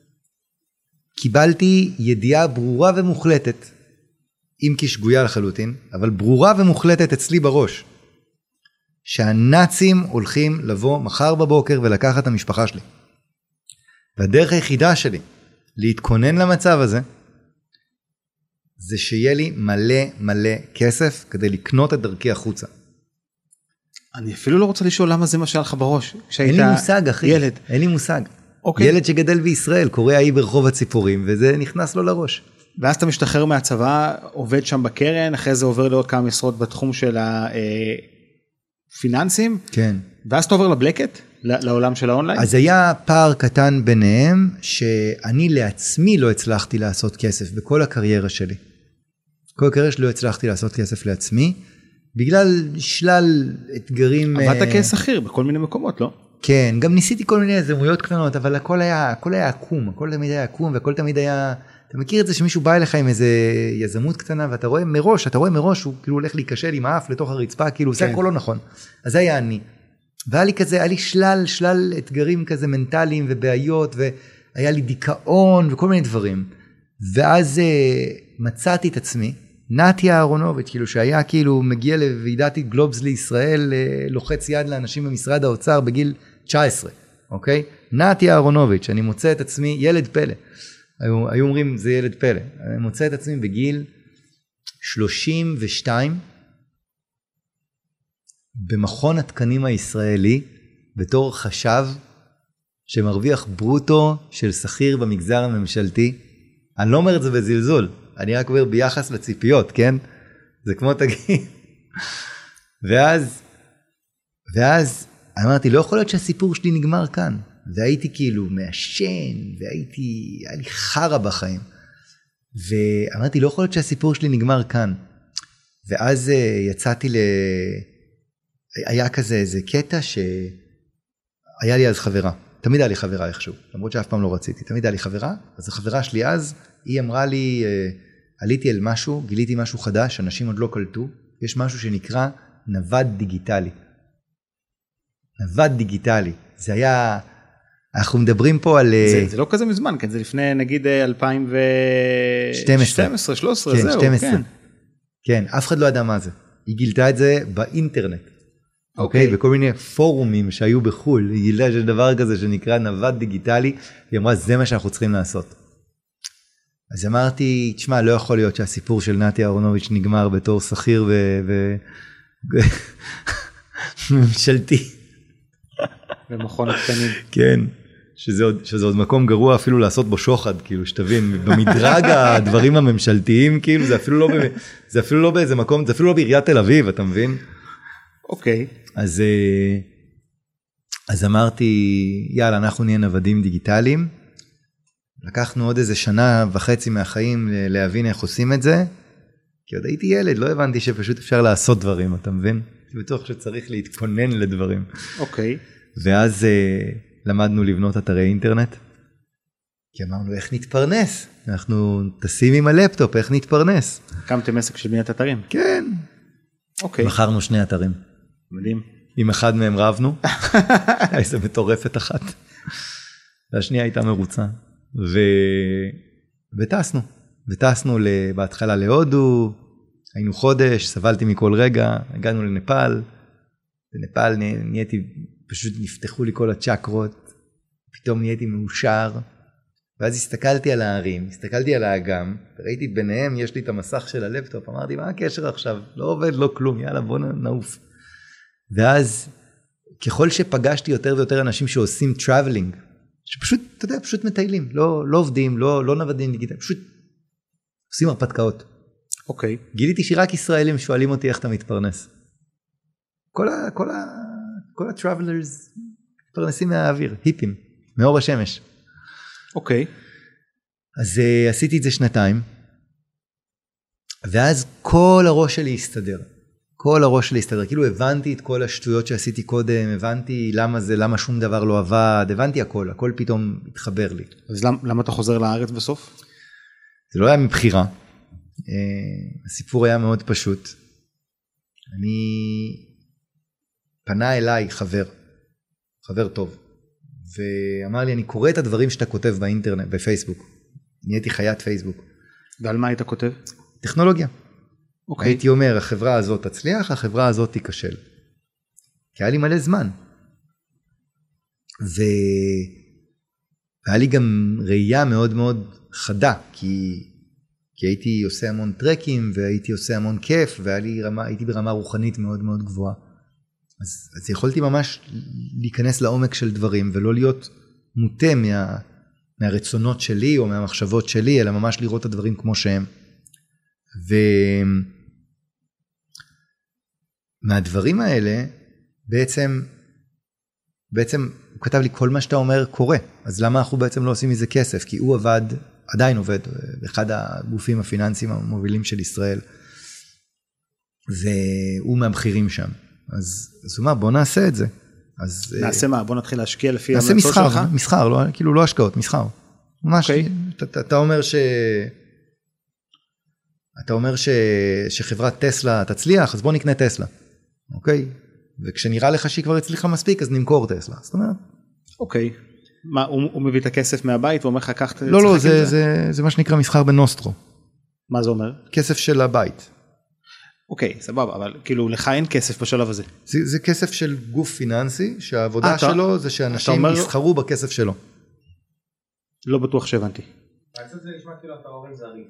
קיבלתי ידיעה ברורה ומוחלטת, אם כי שגויה לחלוטין, אבל ברורה ומוחלטת אצלי בראש, שהנאצים הולכים לבוא מחר בבוקר ולקחת את המשפחה שלי. והדרך היחידה שלי להתכונן למצב הזה, זה שיהיה לי מלא כסף כדי לקנות את דרכי החוצה. אני אפילו לא רוצה לשאול למה זה מה שהיה לך בראש. אין לי מושג, אחי. ילד. אין לי מושג. אוקיי. ילד שגדל בישראל, קורא האי ברחוב הציפורים, וזה נכנס לו לראש. ואז אתה משתחרר מהצבא, עובד שם בקרן, אחרי זה עובר לעוד כמה משרות בתחום של הפיננסים. כן. ואז אתה עובר לבלקט, לעולם של האונליין. אז היה פער קטן ביניהם, שאני לעצמי לא הצלחתי לעשות כסף בכל הקריירה שלי. כל הקריירה שלי לא הצלחתי לעשות כסף לעצמי, בגלל שלל אתגרים. עבדת כשכיר בכל מיני מקומות, לא? כן, גם ניסיתי כל מיני יזמויות קטנות, אבל הכל היה עקום, הכל תמיד היה עקום, והכל תמיד היה, אתה מכיר את זה שמישהו בא אליך עם איזה יזמות קטנה, ואתה רואה מראש, הוא כאילו הולך להיקשל עם האף לתוך הרצפה, כאילו זה הכל לא נכון. אז זה היה אני. והיה לי כזה, היה לי שלל אתגרים כזה מנטליים ובעיות, היה לי דיכאון וכל מיני דברים. ואז מצאתי את עצמי, נתי אהרונוביץ', כאילו שהיה כאילו מגיע לוועידת גלובס לישראל, לוחץ יד לאנשים במשרד האוצר בגיל 19, אוקיי? נתי אהרונוביץ', אני מוצא את עצמי ילד פלא. היו אומרים זה ילד פלא. אני מוצא את עצמי בגיל 32, במכון התקנים הישראלי, בתור חשב שמרוויח ברוטו של שכיר במגזר הממשלתי. אני לא אומר את זה בזלזול, אני רק אומר ביחס לציפיות, כן? זה כמו תגיד. ואז אמרתי, לא יכול להיות שהסיפור שלי נגמר כאן. והייתי כאילו מעשן, היה לי חרה בחיים. ואמרתי, לא יכול להיות שהסיפור שלי נגמר כאן. ואז יצאתי היה כזה איזה קטע שהיה לי אז חברה. תמיד היה לי חברה איכשהו, למרות שאף פעם לא רציתי. תמיד היה לי חברה, אז החברה שלי אז, היא אמרה לי, עליתי אל משהו, גיליתי משהו חדש, אנשים עוד לא קלטו, יש משהו שנקרא נווד דיגיטלי. נווד דיגיטלי. זה היה, אנחנו מדברים פה על... זה לא כזה מזמן, כן? זה לפני נגיד 2012, 13, זהו, כן. כן, אף אחד לא ידע מה זה. היא גילתה את זה באינטרנט. אוקיי, בכל מיני פורומים שהיו בחול, היא גילתה שיש דבר כזה שנקרא נווד דיגיטלי, היא אמרה, זה מה שאנחנו צריכים לעשות. אז אמרתי, תשמע, לא יכול להיות שהסיפור של נתי אהרונוביץ' נגמר בתור שכיר ממשלתי. במכון התקנים. כן, שזה עוד מקום גרוע אפילו לעשות בו שוחד, כאילו, שתבין, במדרג הדברים הממשלתיים, כאילו, זה אפילו לא באיזה מקום, זה אפילו לא בעיריית תל אביב, אתה מבין? אוקיי. אז אמרתי, יאללה, אנחנו נהיה נוודים דיגיטליים. לקחנו עוד איזה 1.5 שנה מהחיים להבין איך עושים את זה, כי עוד הייתי ילד, לא הבנתי שפשוט אפשר לעשות דברים, אתה מבין? הייתי בטוח שצריך להתכונן לדברים. אוקיי. ואז למדנו לבנות אתרי אינטרנט, כי אמרנו, איך נתפרנס? אנחנו טסים עם הלפטופ, איך נתפרנס? הקמתם עסק של בניית אתרים? כן. אוקיי. מכרנו 2 אתרים. מדהים. עם אחד מהם רבנו, איזה מטורפת אחת. והשנייה הייתה מרוצה. וטסנו בהתחלה להודו, היינו חודש, סבלתי מכל רגע, הגענו לנפאל, בנפאל נהייתי, פשוט נפתחו לי כל הצ'קרות, פתאום נהייתי מאושר, ואז הסתכלתי על הערים, הסתכלתי על האגם, וראיתי ביניהם, יש לי את המסך של הלפטופ, אמרתי, מה הקשר עכשיו? לא עובד, לא כלום, יאללה, בוא נעוף. ואז, ככל שפגשתי יותר ויותר אנשים שעושים טראבלינג, שפשוט, אתה יודע, פשוט מטיילים, לא עובדים, לא נוודים דיגיטליים, פשוט עושים הרפתקאות. אוקיי. גיליתי שרק ישראלים שואלים אותי איך אתה מתפרנס. כל הטראבלרס מתפרנסים מהאוויר, היפים, מאור השמש. אוקיי. אז עשיתי את זה 2 ואז כל הראש שלי הסתדר. כאילו הבנתי את כל השטויות שעשיתי קודם, הבנתי למה שום דבר לא עבד, הבנתי הכל פתאום התחבר לי. אז למה אתה חוזר לארץ בסוף? זה לא היה מבחירה, הסיפור היה מאוד פשוט. פנה אליי חבר טוב, ואמר לי, אני קורא את הדברים שאתה כותב באינטרנט, בפייסבוק. נהייתי חיית פייסבוק. ועל מה היית כותב? טכנולוגיה. אוקיי. הייתי אומר, החברה הזאת תצליח, החברה הזאת תיכשל. כי היה לי מלא זמן. והיה לי גם ראייה מאוד מאוד חדה, כי הייתי עושה המון טרקים, והייתי עושה המון כיף, והייתי ברמה רוחנית מאוד מאוד גבוהה. אז יכולתי ממש להיכנס לעומק של דברים, ולא להיות מוטה מהרצונות שלי, או מהמחשבות שלי, אלא ממש לראות את הדברים כמו שהם. ומהדברים האלה, בעצם הוא כתב לי, כל מה שאתה אומר קורה, אז למה אנחנו בעצם לא עושים מזה כסף? כי הוא עדיין עובד, באחד הגופים הפיננסיים המובילים של ישראל, והוא מהבכירים שם. אז הוא אמר, בוא נעשה את זה. נעשה מה? בוא נתחיל להשקיע לפי המלצות שלך? נעשה מסחר, כאילו לא השקעות, מסחר. ממש, אתה אומר שחברת טסלה תצליח, אז בוא נקנה טסלה. אוקיי? וכשנראה לך שהיא כבר הצליחה מספיק, אז נמכור טסלה. זאת אומרת? אוקיי. מה, הוא מביא את הכסף מהבית ואומר לך, קח... לא, זה מה שנקרא מסחר בנוסטרו. מה זה אומר? כסף של הבית. אוקיי, סבבה, אבל כאילו לך אין כסף בשלב הזה. זה כסף של גוף פיננסי, שהעבודה שלו זה שאנשים יסחרו בכסף שלו. לא בטוח שהבנתי. זה נשמע כאילו אתה הורים זרים.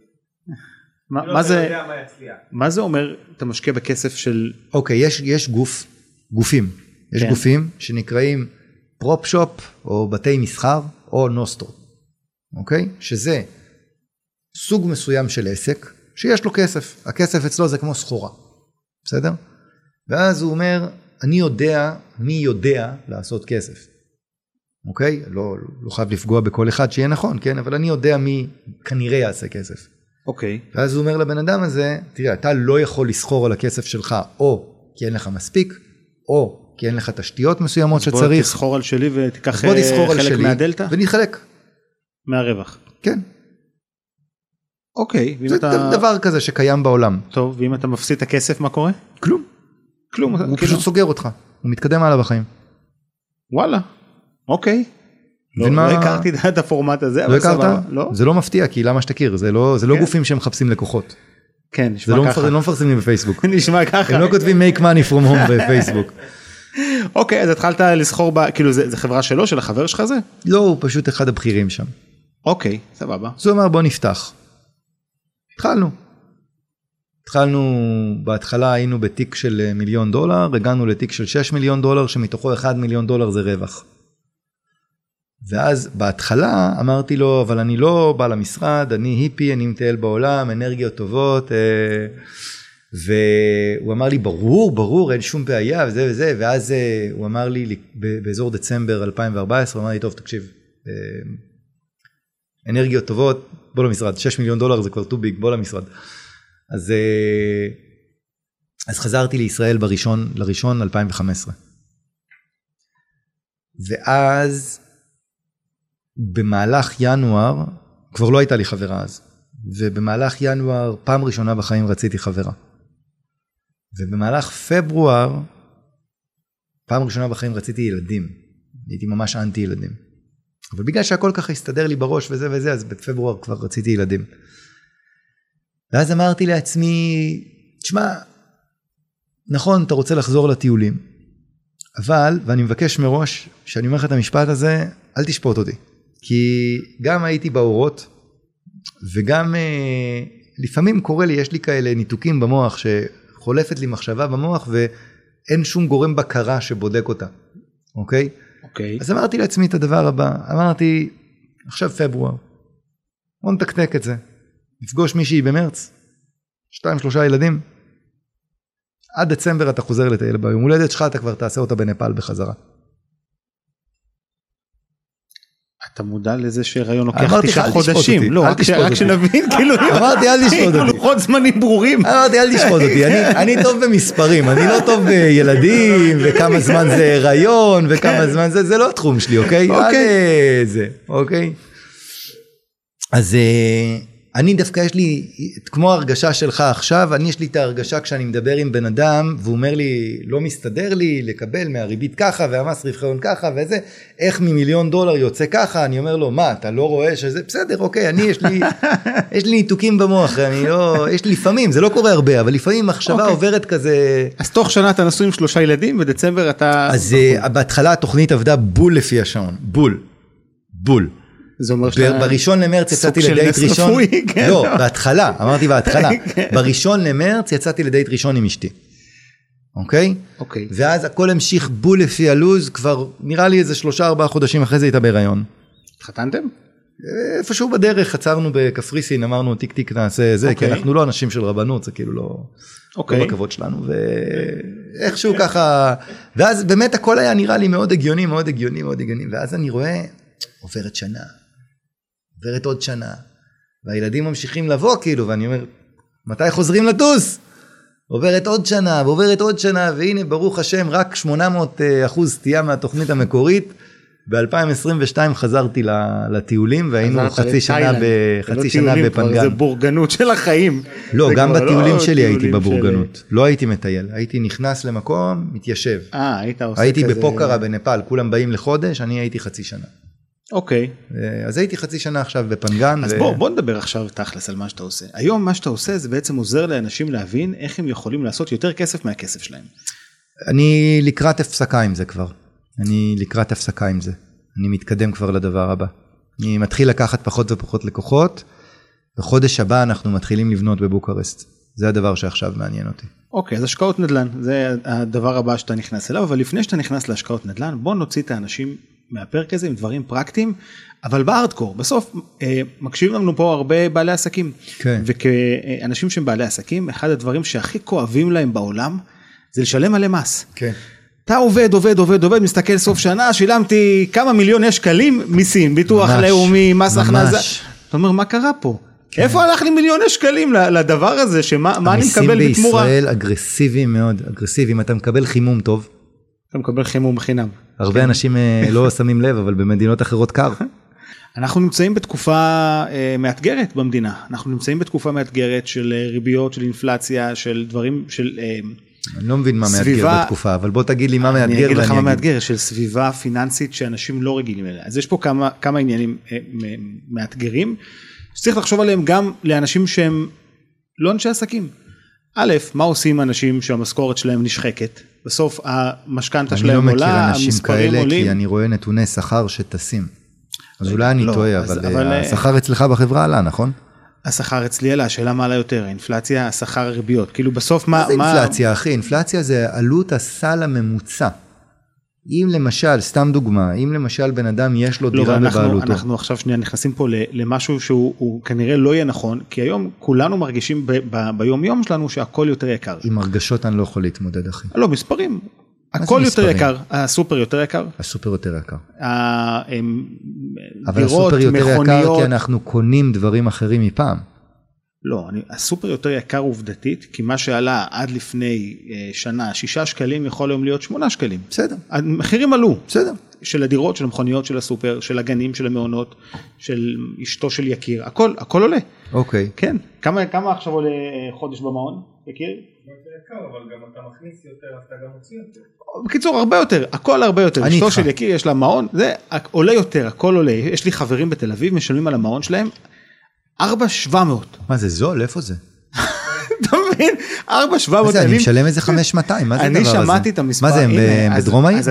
מה זה אומר, אתה משקיע בכסף של... אוקיי, יש גופים. יש גופים שנקראים פרופ שופ, או בתי מסחר, או נוסטרו. אוקיי? שזה סוג מסוים של עסק, שיש לו כסף. הכסף אצלו זה כמו סחורה. בסדר? ואז הוא אומר, אני יודע מי יודע לעשות כסף. אוקיי? לא חייב לפגוע בכל אחד שיהיה נכון, כן? אבל אני יודע מי כנראה יעשה כסף. אוקיי. ואז הוא אומר לבן אדם הזה, תראה, אתה לא יכול לסחור על הכסף שלך, או כי אין לך מספיק, או כי אין לך תשתיות מסוימות שצריך. בוא תסחור על שלי ותיקח חלק מהדלטה? ונתחלק. מהרווח. כן. אוקיי. זה דבר כזה שקיים בעולם. טוב, ואם אתה מפסיד את הכסף, מה קורה? כלום. הוא פשוט סוגר אותך. הוא מתקדם הלאה בחיים. וואלה. אוקיי. לא הכרתי את הפורמט הזה. לא הכרת? זה לא מפתיע, כי למה שתכיר? זה לא גופים שמחפשים לקוחות. כן, נשמע ככה. זה לא מפרסמים בפייסבוק. נשמע ככה. הם לא כותבים make money from home בפייסבוק. אוקיי, אז התחלת לסחור, כאילו זה חברה שלו, של החבר שלך זה? לא, הוא פשוט אחד הבכירים שם. אוקיי, סבבה. אז הוא אמר בוא נפתח. התחלנו, בהתחלה היינו בתיק של $1,000,000, הגענו לתיק של $6,000,000, שמתוכו $1,000,000 זה רווח. ואז בהתחלה אמרתי לו, אבל אני לא בא למשרד, אני היפי, אני מטייל בעולם, אנרגיות טובות, והוא אמר לי, ברור, אין שום בעיה, וזה וזה, ואז הוא אמר לי, באזור דצמבר 2014, הוא אמר לי, טוב, תקשיב, אנרגיות טובות, בוא למשרד, $6,000,000 זה כבר too big, בוא למשרד. אז חזרתי לישראל לראשון 2015. ואז במהלך ינואר, כבר לא הייתה לי חברה אז, ובמהלך ינואר, פעם ראשונה בחיים רציתי חברה. ובמהלך פברואר, פעם ראשונה בחיים רציתי ילדים. הייתי ממש אנטי ילדים. אבל בגלל שהכל ככה הסתדר לי בראש וזה וזה, אז בפברואר כבר רציתי ילדים. ואז אמרתי לעצמי, תשמע, נכון, אתה רוצה לחזור לטיולים, אבל, ואני מבקש מראש, שאני אומר לך את המשפט הזה, אל תשפוט אותי. כי גם הייתי באורות, וגם לפעמים קורה לי, יש לי כאלה ניתוקים במוח, שחולפת לי מחשבה במוח, ואין שום גורם בקרה שבודק אותה. אוקיי? אוקיי. אז אמרתי לעצמי את הדבר הבא, אמרתי, עכשיו פברואר, בוא נתקתק את זה. נפגוש מישהי במרץ, 2-3 ילדים, עד דצמבר אתה חוזר לטייל ביום הולדת שלך, אתה כבר תעשה אותה בנפאל בחזרה. אתה מודע לזה שהיריון לוקח 9 חודשים, לא, רק שנבין, כאילו, אמרתי אל תשפוט אותי, לוחות זמנים ברורים. אמרתי אל תשפוט אותי, אני טוב במספרים, אני לא טוב בילדים, וכמה זמן זה הריון, וכמה זמן זה לא התחום שלי, אוקיי? אוקיי? אז אני דווקא יש לי, כמו ההרגשה שלך עכשיו, יש לי את ההרגשה כשאני מדבר עם בן אדם, והוא אומר לי, לא מסתדר לי לקבל מהריבית ככה, והמס רווחי ככה, וזה, איך $1,000,000 יוצא ככה, אני אומר לו, מה, אתה לא רואה שזה, בסדר, אוקיי, יש לי ניתוקים במוח, יש לי לפעמים, זה לא קורה הרבה, אבל לפעמים מחשבה עוברת כזה. אז תוך שנה אתה נשוי עם 3 ילדים, בדצמבר אתה... אז בהתחלה התוכנית עבדה בול לפי השעון, בול. בראשון למרץ יצאתי לדייט ראשון, לא, בהתחלה, אמרתי בהתחלה, בראשון למרץ יצאתי לדייט ראשון עם אשתי, אוקיי? ואז הכל המשיך בול לפי הלוז, כבר נראה לי איזה 3-4 חודשים אחרי זה הייתה בהיריון. התחתנתם? איפשהו בדרך, עצרנו בקפריסין, אמרנו טיק טיק נעשה זה, כי אנחנו לא אנשים של רבנות, זה כאילו לא בכבוד שלנו, ואיכשהו ככה, ואז באמת הכל היה נראה לי מאוד הגיוני, ואז אני רואה, עוברת שנה, עוברת עוד שנה, והילדים ממשיכים לבוא כאילו, ואני אומר, מתי חוזרים לטוס? עוברת עוד שנה, והנה ברוך השם, רק 800% סטייה מהתוכנית המקורית, ב-2022 חזרתי לטיולים, והיינו חצי שנה בפנגן. זה בורגנות של החיים. לא, גם בטיולים שלי הייתי בבורגנות, לא הייתי מטייל, הייתי נכנס למקום, מתיישב. היית עושה כזה. הייתי בפוקרה בנפאל, כולם באים לחודש, אני הייתי חצי שנה. אוקיי. אז הייתי חצי שנה עכשיו בפנגן. אז בוא נדבר עכשיו תכלס על מה שאתה עושה. היום מה שאתה עושה זה בעצם עוזר לאנשים להבין איך הם יכולים לעשות יותר כסף מהכסף שלהם. אני לקראת הפסקה עם זה כבר. אני מתקדם כבר לדבר הבא. אני מתחיל לקחת פחות ופחות לקוחות. בחודש הבא אנחנו מתחילים לבנות בבוקרשט. זה הדבר שעכשיו מעניין אותי. אוקיי, אז השקעות נדל"ן, זה הדבר הבא שאתה נכנס אליו, אבל לפני שאתה נכנס להשקעות נדל"ן, בוא נוציא את האנשים מהפרק הזה עם דברים פרקטיים, אבל בארדקור, בסוף מקשיבים לנו פה הרבה בעלי עסקים, כן. וכאנשים שהם בעלי עסקים, אחד הדברים שהכי כואבים להם בעולם, זה לשלם מלא מס. כן. אתה עובד, מסתכל סוף שנה, שילמתי כמה מיליוני שקלים מיסים, ביטוח לאומי, מס הכנסה. אתה אומר, מה קרה פה? איפה הלך לי מיליוני שקלים לדבר הזה, שמה אני מקבל בתמורה? המיסים בישראל אגרסיביים מאוד, אגרסיביים, אתה מקבל חימום טוב. אתה מקבל חימום חינם. הרבה אנשים לא שמים לב, אבל במדינות אחרות קר. אנחנו נמצאים בתקופה מאתגרת במדינה, אנחנו נמצאים בתקופה מאתגרת של ריביות, של אינפלציה, של דברים, של אני לא מבין מה מאתגר בתקופה, אבל בוא תגיד לי מה מאתגר. אני אגיד לך מה מאתגר, של סביבה פיננסית שאנשים לא רגילים אליה. אז יש פה כמה עניינים מאתגרים, שצריך לחשוב עליהם גם לאנשים שהם לא אנשי עסקים. א', מה עושים אנשים שהמשכורת שלהם נשחקת? בסוף המשכנתה שלהם עולה, המספרים עולים. אני לא מכיר אנשים כאלה, כי אני רואה נתוני שכר שטסים. אז אולי אני טועה, אבל השכר אצלך בחברה עלה, נכון? השכר אצלי עלה, השאלה מה עלה יותר, האינפלציה, השכר הריביות, כאילו בסוף מה... זה אינפלציה, אחי? אינפלציה זה עלות הסל הממוצע. אם למשל, סתם דוגמה, אם למשל בן אדם יש לו דירה בבעלותו. אנחנו עכשיו שנייה נכנסים פה למשהו שהוא כנראה לא יהיה נכון, כי היום כולנו מרגישים ביום יום שלנו שהכל יותר יקר. עם הרגשות אני לא יכול להתמודד, אחי. לא, מספרים. הכל יותר יקר, הסופר יותר יקר. הסופר יותר יקר. דירות, אבל הסופר יותר יקר כי אנחנו קונים דברים אחרים מפעם. לא, הסופר יותר יקר עובדתית, כי מה שעלה עד לפני שנה, 6 שקלים יכול היום להיות 8 שקלים. בסדר. המחירים עלו. בסדר. של הדירות, של המכוניות, של הסופר, של הגנים, של המעונות, של אשתו של יקיר, הכל עולה. אוקיי. כן. כמה עכשיו עולה חודש במעון, יקיר? יקר, אבל גם אתה מכניס יותר, אתה גם מוציא יותר. בקיצור, הרבה יותר, הכל הרבה יותר. אשתו של יקיר, יש לה מעון, זה עולה יותר, הכל עולה. יש לי חברים בתל אביב, משלמים על המעון שלהם, 4,700. מה זה זול? איפה זה? אתה מבין? 4,700. מה זה, אני משלם איזה 5,200, מה זה הדבר הזה? אני שמעתי את המספר. מה זה, בדרום העיר?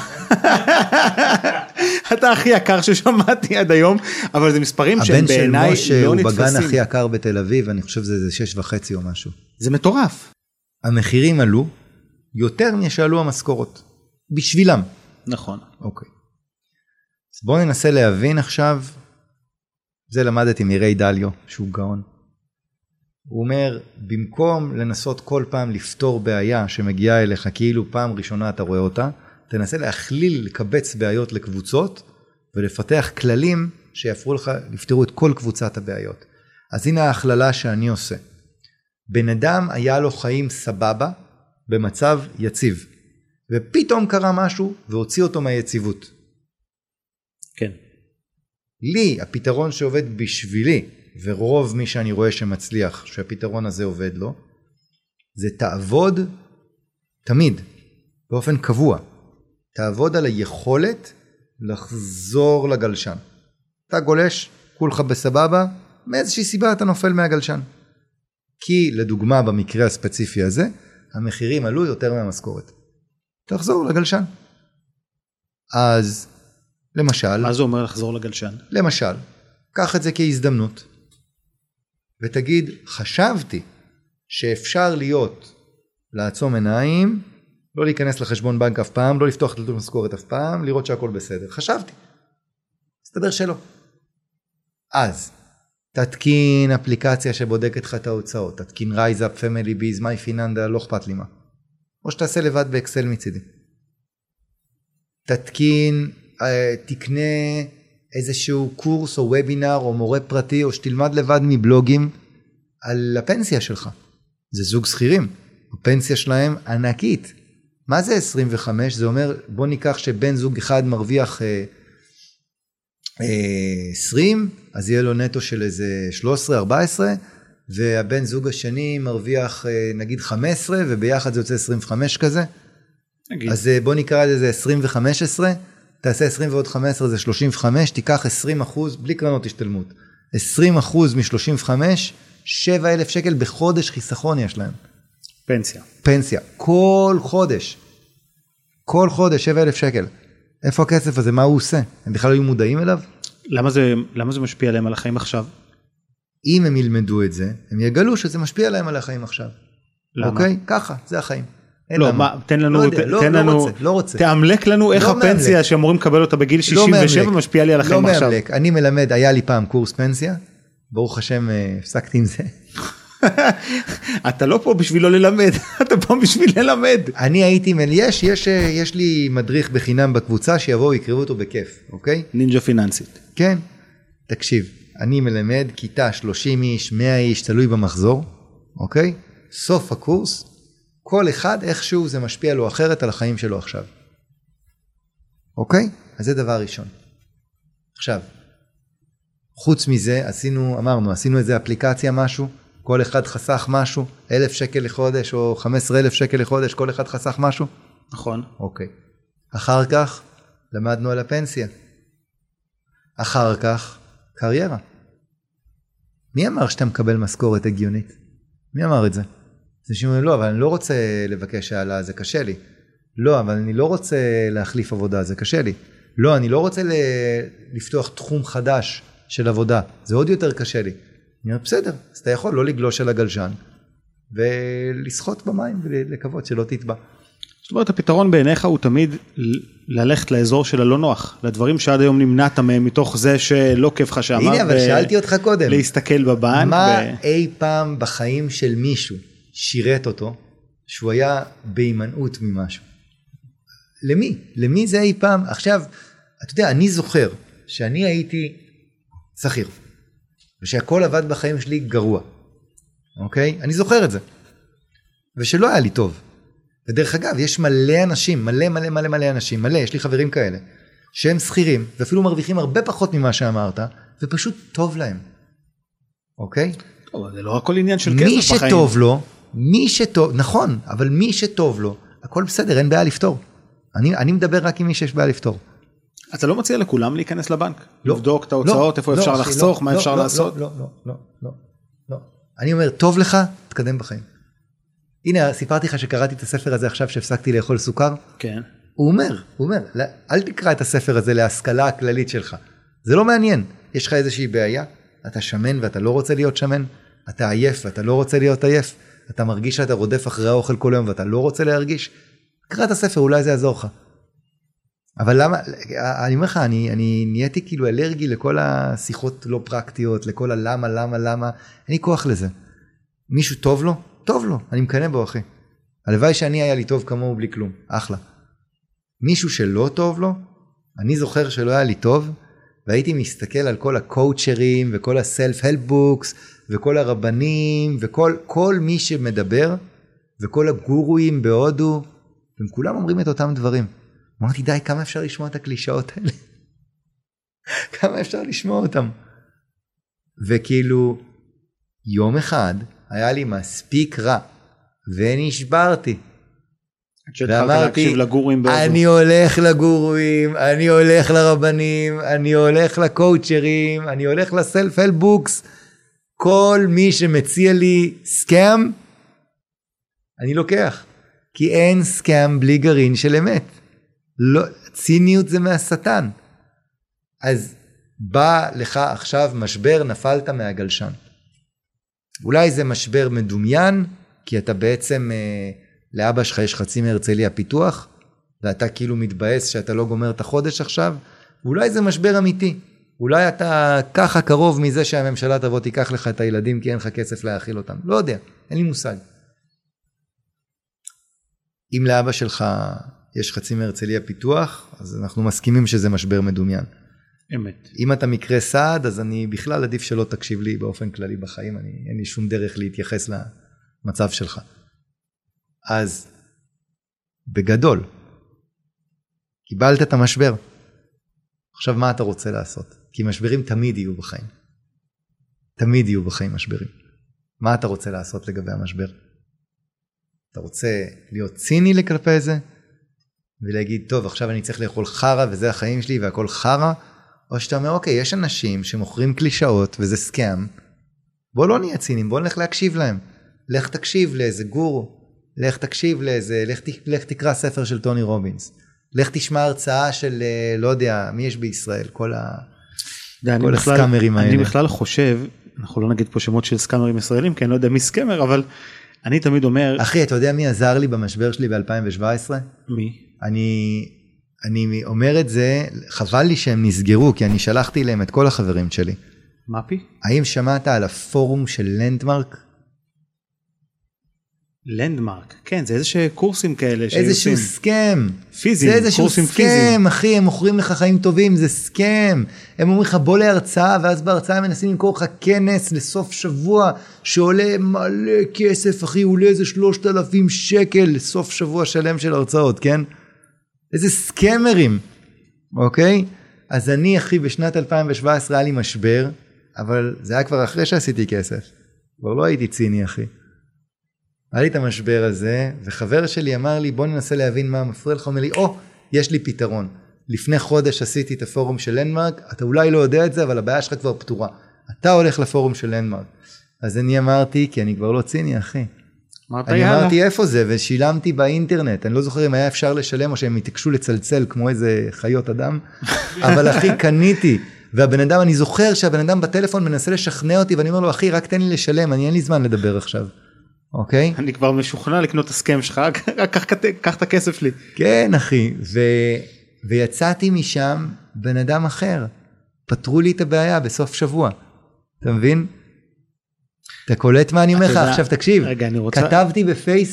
אתה הכי יקר ששמעתי עד היום, אבל זה מספרים שהם בעיניי לא נתפסים. הבן של משה הוא בגן הכי יקר בתל אביב, אני חושב שזה 6.5 או משהו. זה מטורף. המחירים עלו יותר משעלו המשכורות. בשבילם. נכון. אוקיי. אז בואו ננסה להבין עכשיו, זה למדתי מריי דליו, שהוא גאון. הוא אומר, במקום לנסות כל פעם לפתור בעיה שמגיעה אליך, כאילו פעם ראשונה אתה רואה אותה, תנסה להכליל, לקבץ בעיות לקבוצות, ולפתח כללים שיפרו לך, לפתרו את כל קבוצת הבעיות. אז הנה ההכללה שאני עושה. בן אדם היה לו חיים סבבה, במצב יציב, ופתאום קרה משהו, והוציא אותו מהיציבות. כן. לי, הפתרון שעובד בשבילי, ורוב מי שאני רואה שמצליח, שהפתרון הזה עובד לו, זה תעבוד תמיד, באופן קבוע. תעבוד על היכולת לחזור לגלשן. אתה גולש, כולך בסבבה, מאיזושהי סיבה אתה נופל מהגלשן. כי לדוגמה במקרה הספציפי הזה, המחירים עלו יותר מהמשכורת. תחזור לגלשן. אז למשל... מה זה אומר לחזור לגלשן? למשל, קח את זה כהזדמנות. ותגיד, חשבתי שאפשר להיות, לעצום עיניים, לא להיכנס לחשבון בנק אף פעם, לא לפתוח את המשכורת אף פעם, לראות שהכל בסדר. חשבתי. מסתבר שלא. אז, תתקין אפליקציה שבודקת לך את ההוצאות, תתקין רייזאפ, פמילי ביז, מי פיננדה, לא אכפת לי מה. או שתעשה לבד באקסל מצידי. תתקין, תקנה איזשהו קורס או וובינר או מורה פרטי, או שתלמד לבד מבלוגים על הפנסיה שלך. זה זוג שכירים. הפנסיה שלהם ענקית. מה זה 25? זה אומר, בוא ניקח שבן זוג אחד מרוויח 20, אז יהיה לו נטו של איזה 13-14, והבן זוג השני מרוויח נגיד 15, וביחד זה יוצא 25 כזה. נגיד. אז בוא נקרא לזה 25, תעשה 20 ועוד 15 זה 35, תיקח 20% בלי קרנות השתלמות. 20% מ-35, 7,000 שקל בחודש חיסכון יש להם. פנסיה. פנסיה. כל חודש. כל חודש 7,000 שקל. איפה הכסף הזה? מה הוא עושה? הם בכלל היו מודעים אליו? למה זה משפיע עליהם על החיים עכשיו? אם הם ילמדו את זה, הם יגלו שזה משפיע עליהם על החיים עכשיו. למה? אוקיי? ככה, זה החיים. לא, מה, תן לנו, לא יודע, לא רוצה. תאמלק לנו איך הפנסיה שאמורים לקבל אותה בגיל 67 משפיע לי על החיים עכשיו. לא מאמלק, אני מלמד, היה לי פעם קורס פנסיה, ברוך השם הפסקתי עם זה. אתה לא פה בשביל לא ללמד, אתה פה בשביל ללמד. אני הייתי, יש לי מדריך בחינם בקבוצה שיבואו יקראו אותו בכיף, אוקיי? נינג'ה פיננסית. כן, תקשיב, אני מלמד כיתה 30 איש, 100 איש, תלוי במחזור, אוקיי? סוף הקורס, כל אחד איכשהו זה משפיע לו אחרת על החיים שלו עכשיו. אוקיי? אז זה דבר ראשון. עכשיו, חוץ מזה, עשינו איזה אפליקציה משהו, כל אחד חסך משהו, 1,000 שקל לחודש או 15,000 שקל לחודש, כל אחד חסך משהו? נכון. אוקיי. אחר כך, למדנו על הפנסיה. אחר כך, קריירה. מי אמר שאתה מקבל משכורת הגיונית? מי אמר את זה? זה שאומרים, לא, אבל אני לא רוצה לבקש העלה, זה קשה לי. לא, אבל אני לא רוצה להחליף עבודה, זה קשה לי. לא, אני לא רוצה לפתוח תחום חדש של עבודה, זה עוד יותר קשה לי. אני אומר, בסדר, אז אתה יכול לא לגלוש על הגלשן, ולשחות במים ולקוות שלא תטבע. זאת אומרת, הפתרון בעיניך הוא תמיד ללכת לאזור של הלא נוח, לדברים שעד היום נמנעת מהם מתוך זה שלא כיף לך שאמר. הנה, אבל שאלתי אותך קודם. להסתכל בבנק. מה אי פעם בחיים של מישהו שירת אותו, שהוא היה בהימנעות ממשהו? למי? למי זה אי פעם? עכשיו, אתה יודע, אני זוכר שאני הייתי שכיר, ושהכל עבד בחיים שלי גרוע. אוקיי? אני זוכר את זה. ושלא היה לי טוב. ודרך אגב, יש מלא אנשים, מלא אנשים, יש לי חברים כאלה, שהם שכירים, ואפילו מרוויחים הרבה פחות ממה שאמרת, ופשוט טוב להם. אוקיי? טוב, זה לא הכל עניין של כסף בחיים. מי שטוב, נכון, אבל מי שטוב לו, הכל בסדר, אין בעיה לפתור. אני מדבר רק עם מי שיש בעיה לפתור. אתה לא מציע לכולם להיכנס לבנק? לא. לבדוק את ההוצאות, איפה אפשר לחסוך, מה אפשר לעשות? לא. אני אומר, טוב לך, תקדם בחיים. הנה, סיפרתי לך שקראתי את הספר הזה עכשיו שהפסקתי לאכול סוכר. כן. הוא אומר, אל תקרא את הספר הזה להשכלה הכללית שלך. זה לא מעניין. יש לך איזושהי בעיה, אתה שמן ואתה לא רוצה להיות שמן, אתה עייף ואתה לא רוצה להיות עייף, אתה מרגיש שאתה רודף אחרי האוכל כל היום ואתה לא רוצה להרגיש. קרא את הספר, אולי זה יעזור לך. אבל למה, אני אומר לך, אני נהייתי כאילו אלרגי לכל השיחות לא פרקטיות, לכל הלמה, אין לי כוח לזה. מישהו טוב לו? טוב לו, אני מקנא בו אחי. הלוואי שאני היה לי טוב כמוהו בלי כלום, אחלה. מישהו שלא טוב לו, אני זוכר שלא היה לי טוב, והייתי מסתכל על כל הקואוצ'רים, וכל הסלף-הלפ בוקס, וכל הרבנים, וכל מי שמדבר, וכל הגורואים בהודו, הם כולם אומרים את אותם דברים. אמרתי, די, כמה אפשר לשמוע את הקלישאות האלה? כמה אפשר לשמוע אותם? וכאילו, יום אחד היה לי מספיק רע, ונשברתי. ואמרתי, אני הולך לגורואים, אני הולך לרבנים, אני הולך לקואוצ'רים, אני הולך לסלף-הלפ בוקס, כל מי שמציע לי סקאם, אני לוקח. כי אין סקאם בלי גרעין של אמת. לא, ציניות זה מהשטן. אז בא לך עכשיו משבר, נפלת מהגלשן. אולי זה משבר מדומיין, כי אתה בעצם, לאבא שלך יש חצי מהרצליה פיתוח, ואתה כאילו מתבאס שאתה לא גומר את החודש עכשיו, ואולי זה משבר אמיתי. אולי אתה ככה קרוב מזה שהממשלה תבוא תיקח לך את הילדים, כי אין לך כסף להאכיל אותם. לא יודע, אין לי מושג. אם לאבא שלך יש חצי מהרצליה פיתוח, אז אנחנו מסכימים שזה משבר מדומיין. אמת. אם אתה מקרה סעד, אז אני בכלל עדיף שלא תקשיב לי באופן כללי בחיים, אין לי שום דרך להתייחס למצב שלך. אז בגדול, קיבלת את המשבר. עכשיו מה אתה רוצה לעשות? כי משברים תמיד יהיו בחיים. תמיד יהיו בחיים משברים. מה אתה רוצה לעשות לגבי המשבר? אתה רוצה להיות ציני לכלפי זה? ולהגיד, טוב, עכשיו אני צריך לאכול חרה, וזה החיים שלי, והכל חרה, או שאתה אומר, אוקיי, יש אנשים שמוכרים קלישאות, וזה סקאם, בוא לא נהיה צינים, בוא נלך להקשיב להם. לך תקשיב לאיזה גורו, לך תקשיב לאיזה, לך תקרא ספר של טוני רובינס, לך תשמע הרצאה של, לא יודע, מי יש בישראל, כל הסקאמרים האלה. אני בכלל חושב, אנחנו לא נגיד פה שמות של סקאמרים ישראלים, כי אני לא יודע מי סקאמר, אבל אני תמיד אומר... אחי, אתה יודע מי עזר לי במשבר שלי ב-2017? מי? אני אומר את זה, חבל לי שהם נסגרו, כי אני שלחתי להם את כל החברים שלי. מה פי? האם שמעת על הפורום של לנדמרק? לנדמרק, כן, זה איזשהו קורסים כאלה. איזשהו סקאם. פיזיים, זה איזשהו סקאם, אחי, הם מוכרים לך חיים טובים, זה סקאם. הם אומרים לך בוא להרצאה, ואז בהרצאה הם מנסים למכור לך כנס לסוף שבוע, שעולה מלא כסף, אחי, עולה איזה 3,000 שקל לסוף שבוע שלם של הרצאות, כן? איזה סקאמרים, אוקיי? אז אני, אחי, בשנת 2017 היה לי משבר, אבל זה היה כבר אחרי שעשיתי כסף. כבר לא הייתי ציני, אחי. היה לי את המשבר הזה, וחבר שלי אמר לי, בוא ננסה להבין מה מפריע לך, הוא אומר לי, יש לי פתרון. לפני חודש עשיתי את הפורום של לנדמרק, אתה אולי לא יודע את זה, אבל הבעיה שלך כבר פתורה. אתה הולך לפורום של לנדמרק. אז אני אמרתי, כי אני כבר לא ציני, אחי. אני אמרתי איפה זה, ושילמתי באינטרנט, אני לא זוכר אם היה אפשר לשלם, או שהם התעקשו לצלצל כמו איזה חיות אדם, אבל אחי, קניתי. והבן אדם, אני זוכר שהבן אדם בטלפון מנסה לשכנע אותי, ואני אומר לו, אחי, רק תן לי לשלם, אין לי זמן לדבר עכשיו. אוקיי? אני כבר משוכנע לקנות את הסכם שלך, רק קח את הכסף שלי. כן, אחי. ויצאתי משם בן אדם אחר. פתרו לי את הבעיה בסוף שבוע. אתה מבין? אתה קולט מה אני אומר לך? עכשיו תקשיב. רגע, אני רוצה... כתבתי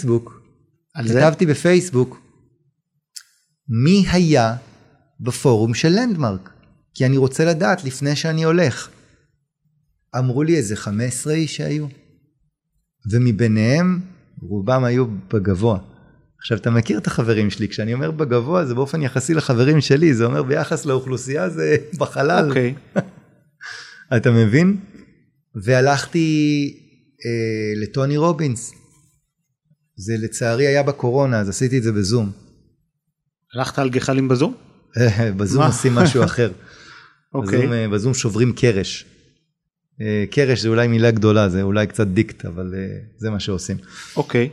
בפייסבוק, מי היה בפורום של לנדמרק? כי אני רוצה לדעת לפני שאני הולך. אמרו לי איזה 15 איש שהיו. ומביניהם רובם היו בגבוה. עכשיו אתה מכיר את החברים שלי, כשאני אומר בגבוה זה באופן יחסי לחברים שלי, זה אומר ביחס לאוכלוסייה זה בחלל. אוקיי. אתה מבין? והלכתי לטוני רובינס. זה לצערי היה בקורונה, אז עשיתי את זה בזום. הלכת על גחלים בזום? בזום עושים משהו אחר. אוקיי. בזום שוברים קרש. קרש זה אולי מילה גדולה, זה אולי קצת דיקט, אבל זה מה שעושים. אוקיי.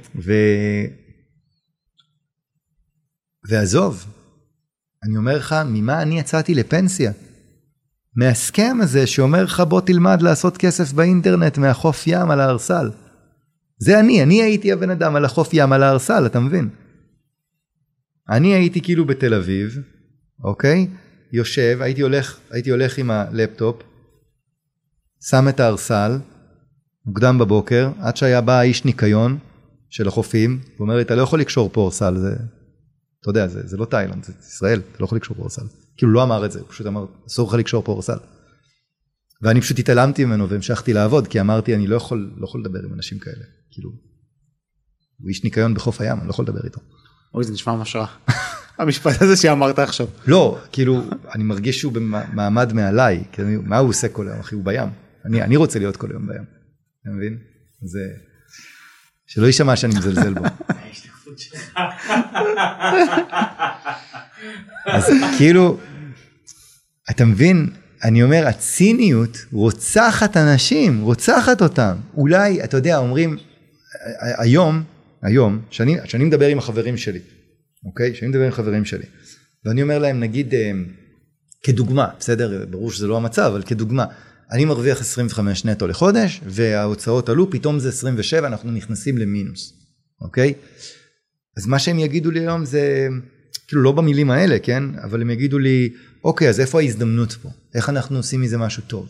ועזוב, אני אומר לך, ממה אני יצאתי לפנסיה? מהסכם הזה שאומר לך בוא תלמד לעשות כסף באינטרנט מהחוף ים על הארסל. זה אני הייתי הבן אדם על החוף ים על הארסל, אתה מבין? אני הייתי כאילו בתל אביב, אוקיי? יושב, הייתי הולך עם הלפטופ, שם את הארסל, מוקדם בבוקר, עד שהיה בא האיש ניקיון של החופים, הוא אומר לי, אתה לא יכול לקשור פה ארסל, זה, אתה יודע, זה לא תאילנד, זה ישראל, אתה לא יכול לקשור פה ארסל. כאילו לא אמר את זה, הוא פשוט אמר, אסור לך לקשור פה ארסל. ואני פשוט התעלמתי ממנו והמשכתי לעבוד, כי אמרתי, אני לא יכול לדבר עם אנשים כאלה. כאילו, הוא איש ניקיון בחוף הים, אני לא יכול לדבר איתו. אוי, זה נשמע ממש רע. המשפט הזה שאמרת עכשיו. לא, כאילו, אני מרגיש שהוא במעמד מעליי, מה הוא עושה כל היום, אחי, הוא בים. אני רוצה להיות כל היום בים. אתה מבין? זה... שלא יישמע שאני מזלזל בו. אז כאילו, אתה מבין, אני אומר, הציניות רוצחת אנשים, רוצחת אותם. אולי, אתה יודע, אומרים, היום, שאני מדבר עם החברים שלי, אוקיי? שאני מדבר עם חברים שלי, ואני אומר להם, נגיד, כדוגמה, בסדר? ברור שזה לא המצב, אבל כדוגמה, אני מרוויח 25 נטו לחודש, וההוצאות עלו, פתאום זה 27, אנחנו נכנסים למינוס, אוקיי? אז מה שהם יגידו לי היום זה, כאילו לא במילים האלה, כן? אבל הם יגידו לי, אוקיי, אז איפה ההזדמנות פה? איך אנחנו עושים מזה משהו טוב?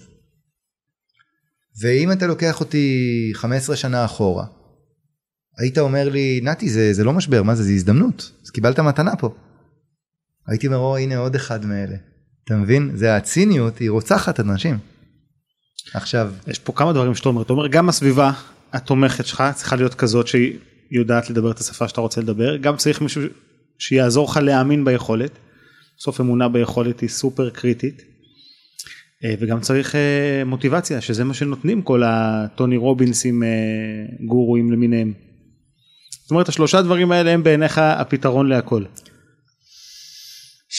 ואם אתה לוקח אותי 15 שנה אחורה, היית אומר לי, נתי, זה לא משבר, מה זה? זה הזדמנות. אז קיבלת מתנה פה. הייתי אומר, הנה עוד אחד מאלה. אתה מבין? זה הציניות, היא רוצחת אנשים. עכשיו... יש פה כמה דברים שאתה אומר. אתה אומר, גם הסביבה התומכת שלך צריכה להיות כזאת שהיא יודעת לדבר את השפה שאתה רוצה לדבר. גם צריך מישהו שיעזור לך להאמין ביכולת. בסוף אמונה ביכולת היא סופר קריטית. וגם צריך מוטיבציה, שזה מה שנותנים כל הטוני רובינסים גורואים למיניהם. זאת אומרת, השלושה דברים האלה הם בעיניך הפתרון להכל.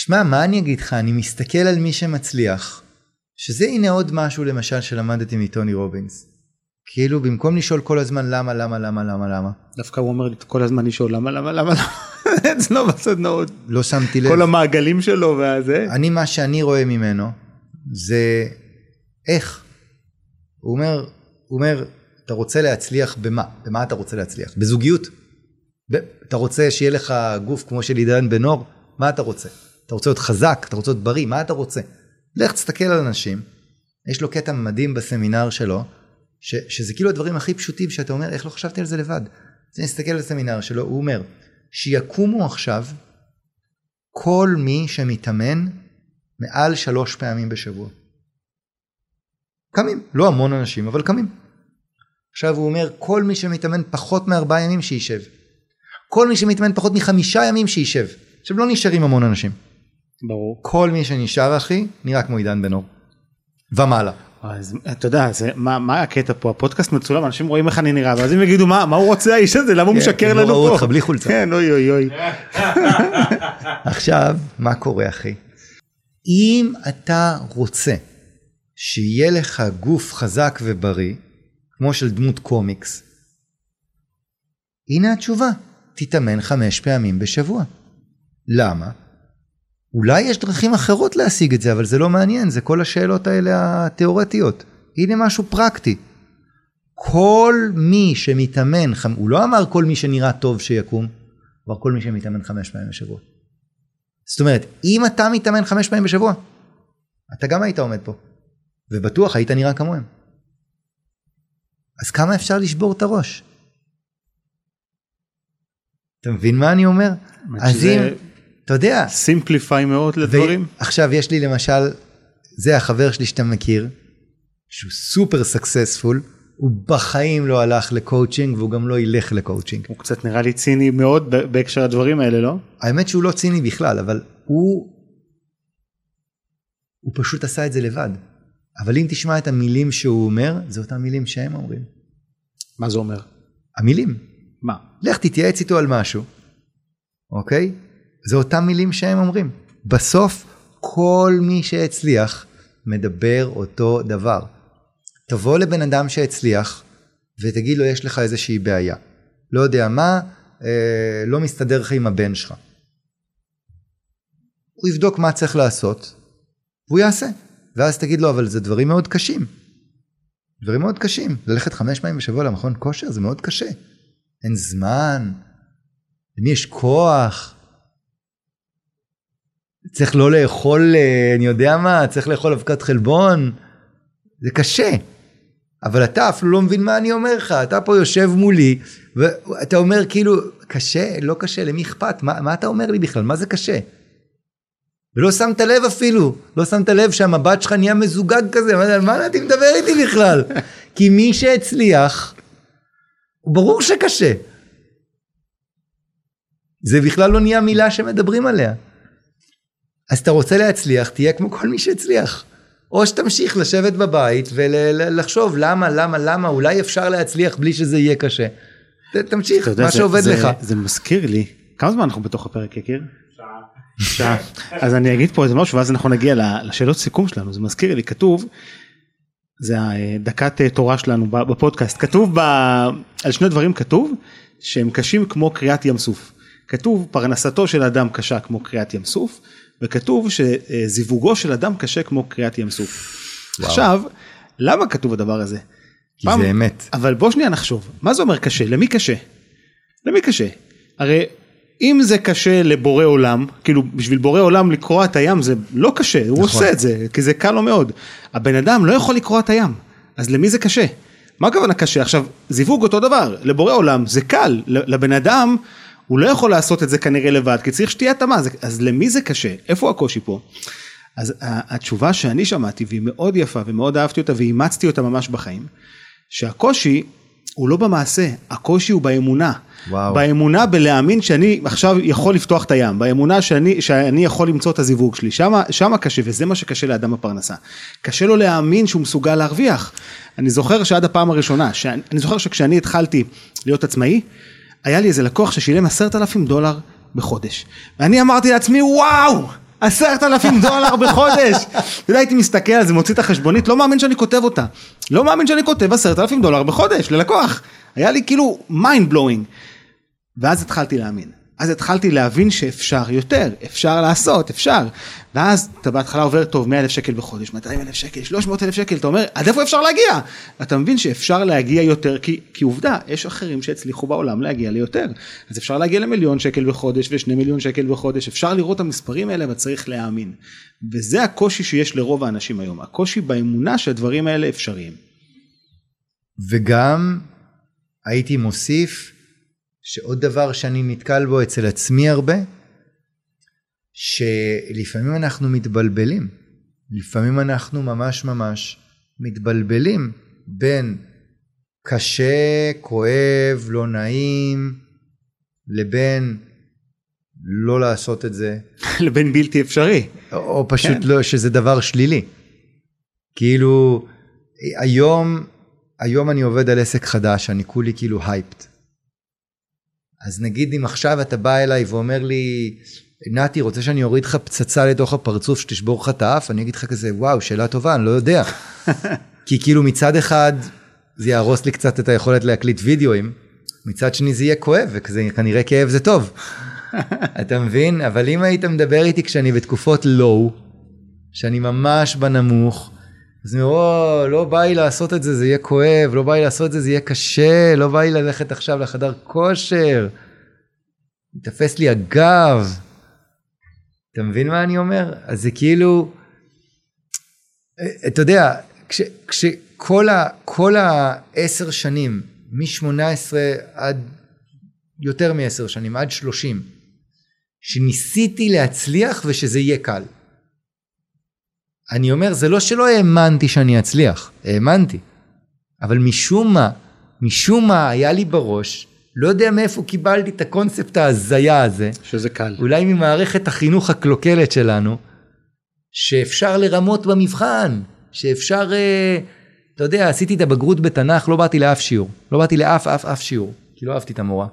שמע, מה אני אגיד לך? אני מסתכל על מי שמצליח, שזה הנה עוד משהו למשל שלמדתי מטוני רובינס. כאילו במקום לשאול כל הזמן למה. דווקא הוא אומר לי כל הזמן לשאול למה. אצלו בסדנאות. לא שמתי לב. כל המעגלים שלו והזה. מה שאני רואה ממנו זה איך. הוא אומר, אתה רוצה להצליח במה? במה אתה רוצה להצליח? בזוגיות? אתה רוצה שיהיה לך גוף כמו של עידן בן אור? מה אתה רוצה? אתה רוצה להיות חזק? אתה רוצה להיות בריא? מה אתה רוצה? לך תסתכל על אנשים. יש לו קטע מדהים בסמינר שלו, שזה כאילו הדברים הכי פשוטים שאתה אומר, איך לא חשבתי על זה לבד? אז אני אסתכל על הסמינר שלו, הוא אומר, שיקומו עכשיו כל מי שמתאמן מעל 3 פעמים בשבוע. קמים, לא המון אנשים, אבל קמים. עכשיו הוא אומר, כל מי שמתאמן פחות מ4 ימים שישב. כל מי שמתאמן פחות מ5 ימים שישב. עכשיו לא נשארים המון אנשים. ברור. כל מי שנשאר אחי, נראה כמו עידן בן אור. ומעלה. אז אתה יודע, מה הקטע פה? הפודקאסט מצולם, אנשים רואים איך אני נראה, ואז הם יגידו, מה הוא רוצה האיש הזה? למה הוא משקר לנו פה? ראו אותך בלי חולצה. כן, אוי. עכשיו, מה קורה אחי? אם אתה רוצה שיהיה לך גוף חזק ובריא, כמו של דמות קומיקס, הנה התשובה, תתאמן 5 פעמים בשבוע. למה? אולי יש דרכים אחרות להשיג את זה, אבל זה לא מעניין, זה כל השאלות האלה התיאורטיות. הנה משהו פרקטי. כל מי שמתאמן, הוא לא אמר כל מי שנראה טוב שיקום, אבל כל מי שמתאמן 5 פעמים בשבוע. זאת אומרת, אם אתה מתאמן 5 פעמים בשבוע, אתה גם היית עומד פה, ובטוח היית נראה כמוהם. אז כמה אפשר לשבור את הראש? אתה מבין מה אני אומר? אז אם... אתה יודע. סימפליפיי מאוד לדברים. עכשיו יש לי למשל, זה החבר שלי שאתה מכיר, שהוא סופר סקסספול, הוא בחיים לא הלך לקואוצ'ינג, והוא גם לא ילך לקואוצ'ינג. הוא קצת נראה לי ציני מאוד בהקשר הדברים האלה, לא? האמת שהוא לא ציני בכלל, אבל הוא פשוט עשה את זה לבד. אבל אם תשמע את המילים שהוא אומר, זה אותם מילים שהם אומרים. מה זה אומר? המילים. מה? לך תתייעץ איתו על משהו, אוקיי? זה אותם מילים שהם אומרים. בסוף, כל מי שהצליח מדבר אותו דבר. תבוא לבן אדם שהצליח, ותגיד לו, יש לך איזושהי בעיה. לא יודע מה, לא מסתדר לך עם הבן שלך. הוא יבדוק מה צריך לעשות, והוא יעשה. ואז תגיד לו, אבל זה דברים מאוד קשים. דברים מאוד קשים. ללכת 5 פעמים בשבוע למכון כושר, זה מאוד קשה. אין זמן. למי יש כוח? צריך לא לאכול, אני יודע מה, צריך לאכול אבקת חלבון. זה קשה. אבל אתה אפילו לא מבין מה אני אומר לך. אתה פה יושב מולי, ואתה אומר כאילו, קשה, לא קשה, למי אכפת? מה אתה אומר לי בכלל? מה זה קשה? ולא שמת לב אפילו, לא שמת לב שהמבט שלך נהיה מזוגג כזה, על מה אתה מדבר איתי בכלל? כי מי שהצליח, הוא ברור שקשה. זה בכלל לא נהיה מילה שמדברים עליה. אז אתה רוצה להצליח, תהיה כמו כל מי שהצליח. או שתמשיך לשבת בבית ולחשוב למה, אולי אפשר להצליח בלי שזה יהיה קשה. תמשיך, מה שעובד לך. זה מזכיר לי, כמה זמן אנחנו בתוך הפרק, יקיר? שעה. אז אני אגיד פה איזה משהו, ואז אנחנו נגיע לשאלות סיכום שלנו. זה מזכיר לי, כתוב, זה הדקת תורה שלנו בפודקאסט, כתוב על 2 דברים כתוב, שהם קשים כמו קריאת ים סוף. כתוב, פרנסתו של אדם קשה כמו קריאת ים סוף, וכתוב שזיווגו של אדם קשה כמו קריאת ים סוף. עכשיו, למה כתוב הדבר הזה? כי זה אמת. אבל בוא שנייה נחשוב, מה זה אומר קשה? למי קשה? למי קשה? הרי אם זה קשה לבורא עולם, כאילו בשביל בורא עולם לקרוא את הים זה לא קשה, הוא עושה את זה, כי זה קל לו מאוד. הבן אדם לא יכול לקרוא את הים, אז למי זה קשה? מה הכוונה קשה? עכשיו, זיווג אותו דבר, לבורא עולם זה קל, לבן אדם הוא לא יכול לעשות את זה כנראה לבד, כי צריך שתהיה התאמה, אז למי זה קשה? איפה הקושי פה? אז התשובה שאני שמעתי, והיא מאוד יפה ומאוד אהבתי אותה, ואימצתי אותה ממש בחיים, שהקושי הוא לא במעשה, הקושי הוא באמונה. וואו. באמונה בלהאמין שאני עכשיו יכול לפתוח את הים, באמונה שאני יכול למצוא את הזיווג שלי, שמה קשה, וזה מה שקשה לאדם הפרנסה. קשה לו להאמין שהוא מסוגל להרוויח. אני זוכר שעד הפעם הראשונה, אני זוכר שכשאני התחלתי להיות עצמאי, היה לי איזה לקוח ששילם $10,000 בחודש. ואני אמרתי לעצמי, וואו, $10,000 בחודש. הייתי מסתכל על זה, מוציא את החשבונית, לא מאמין שאני כותב אותה. לא מאמין שאני כותב $10,000 בחודש ללקוח. היה לי כאילו mind blowing. ואז התחלתי להאמין. אז התחלתי להבין שאפשר יותר, אפשר לעשות, אפשר. ואז אתה בהתחלה עובר טוב, 100,000 שקל בחודש, 200,000 שקל, 300,000 שקל, אתה אומר, עד איפה אפשר להגיע? אתה מבין שאפשר להגיע יותר, כי עובדה, יש אחרים שהצליחו בעולם להגיע ליותר. אז אפשר להגיע ל1,000,000 שקל בחודש, ו2,000,000 שקל בחודש, אפשר לראות את המספרים האלה, וצריך להאמין. וזה הקושי שיש לרוב האנשים היום, הקושי באמונה שהדברים האלה אפשריים. וגם הייתי מוסיף, שעוד דבר שאני נתקל בו אצל עצמי הרבה, שלפעמים אנחנו מתבלבלים, לפעמים אנחנו ממש מתבלבלים בין קשה, כואב, לא נעים, לבין לא לעשות את זה. לבין בלתי אפשרי. או פשוט לא, שזה דבר שלילי. כאילו, היום אני עובד על עסק חדש, אני כולי כאילו הייפט. אז נגיד אם עכשיו אתה בא אליי ואומר לי, נתי, רוצה שאני אוריד לך פצצה לתוך הפרצוף שתשבור לך את האף? אני אגיד לך כזה, וואו, שאלה טובה, אני לא יודע. כי כאילו מצד אחד זה יהרוס לי קצת את היכולת להקליט וידאוים, מצד שני זה יהיה כואב, וכנראה כאב זה טוב. אתה מבין? אבל אם היית מדבר איתי כשאני בתקופות לואו, שאני ממש בנמוך, אז אני אומר, לא בא לי לעשות את זה, זה יהיה כואב, לא בא לי לעשות את זה, זה יהיה קשה, לא בא לי ללכת עכשיו לחדר כושר, מתאפס לי הגב. אתה מבין מה אני אומר? אז זה כאילו, אתה יודע, כשכל 10 שנים, מ-18 עד יותר מ-10 שנים, עד 30, שניסיתי להצליח ושזה יהיה קל. אני אומר, זה לא שלא האמנתי שאני אצליח, האמנתי. אבל משום מה היה לי בראש, לא יודע מאיפה קיבלתי את הקונספט ההזיה הזה. שזה קל. אולי ממערכת החינוך הקלוקלת שלנו, שאפשר לרמות במבחן, שאפשר, אתה יודע, עשיתי את הבגרות בתנ"ך, לא באתי לאף שיעור, לא באתי לאף שיעור, כי לא אהבתי את המורה.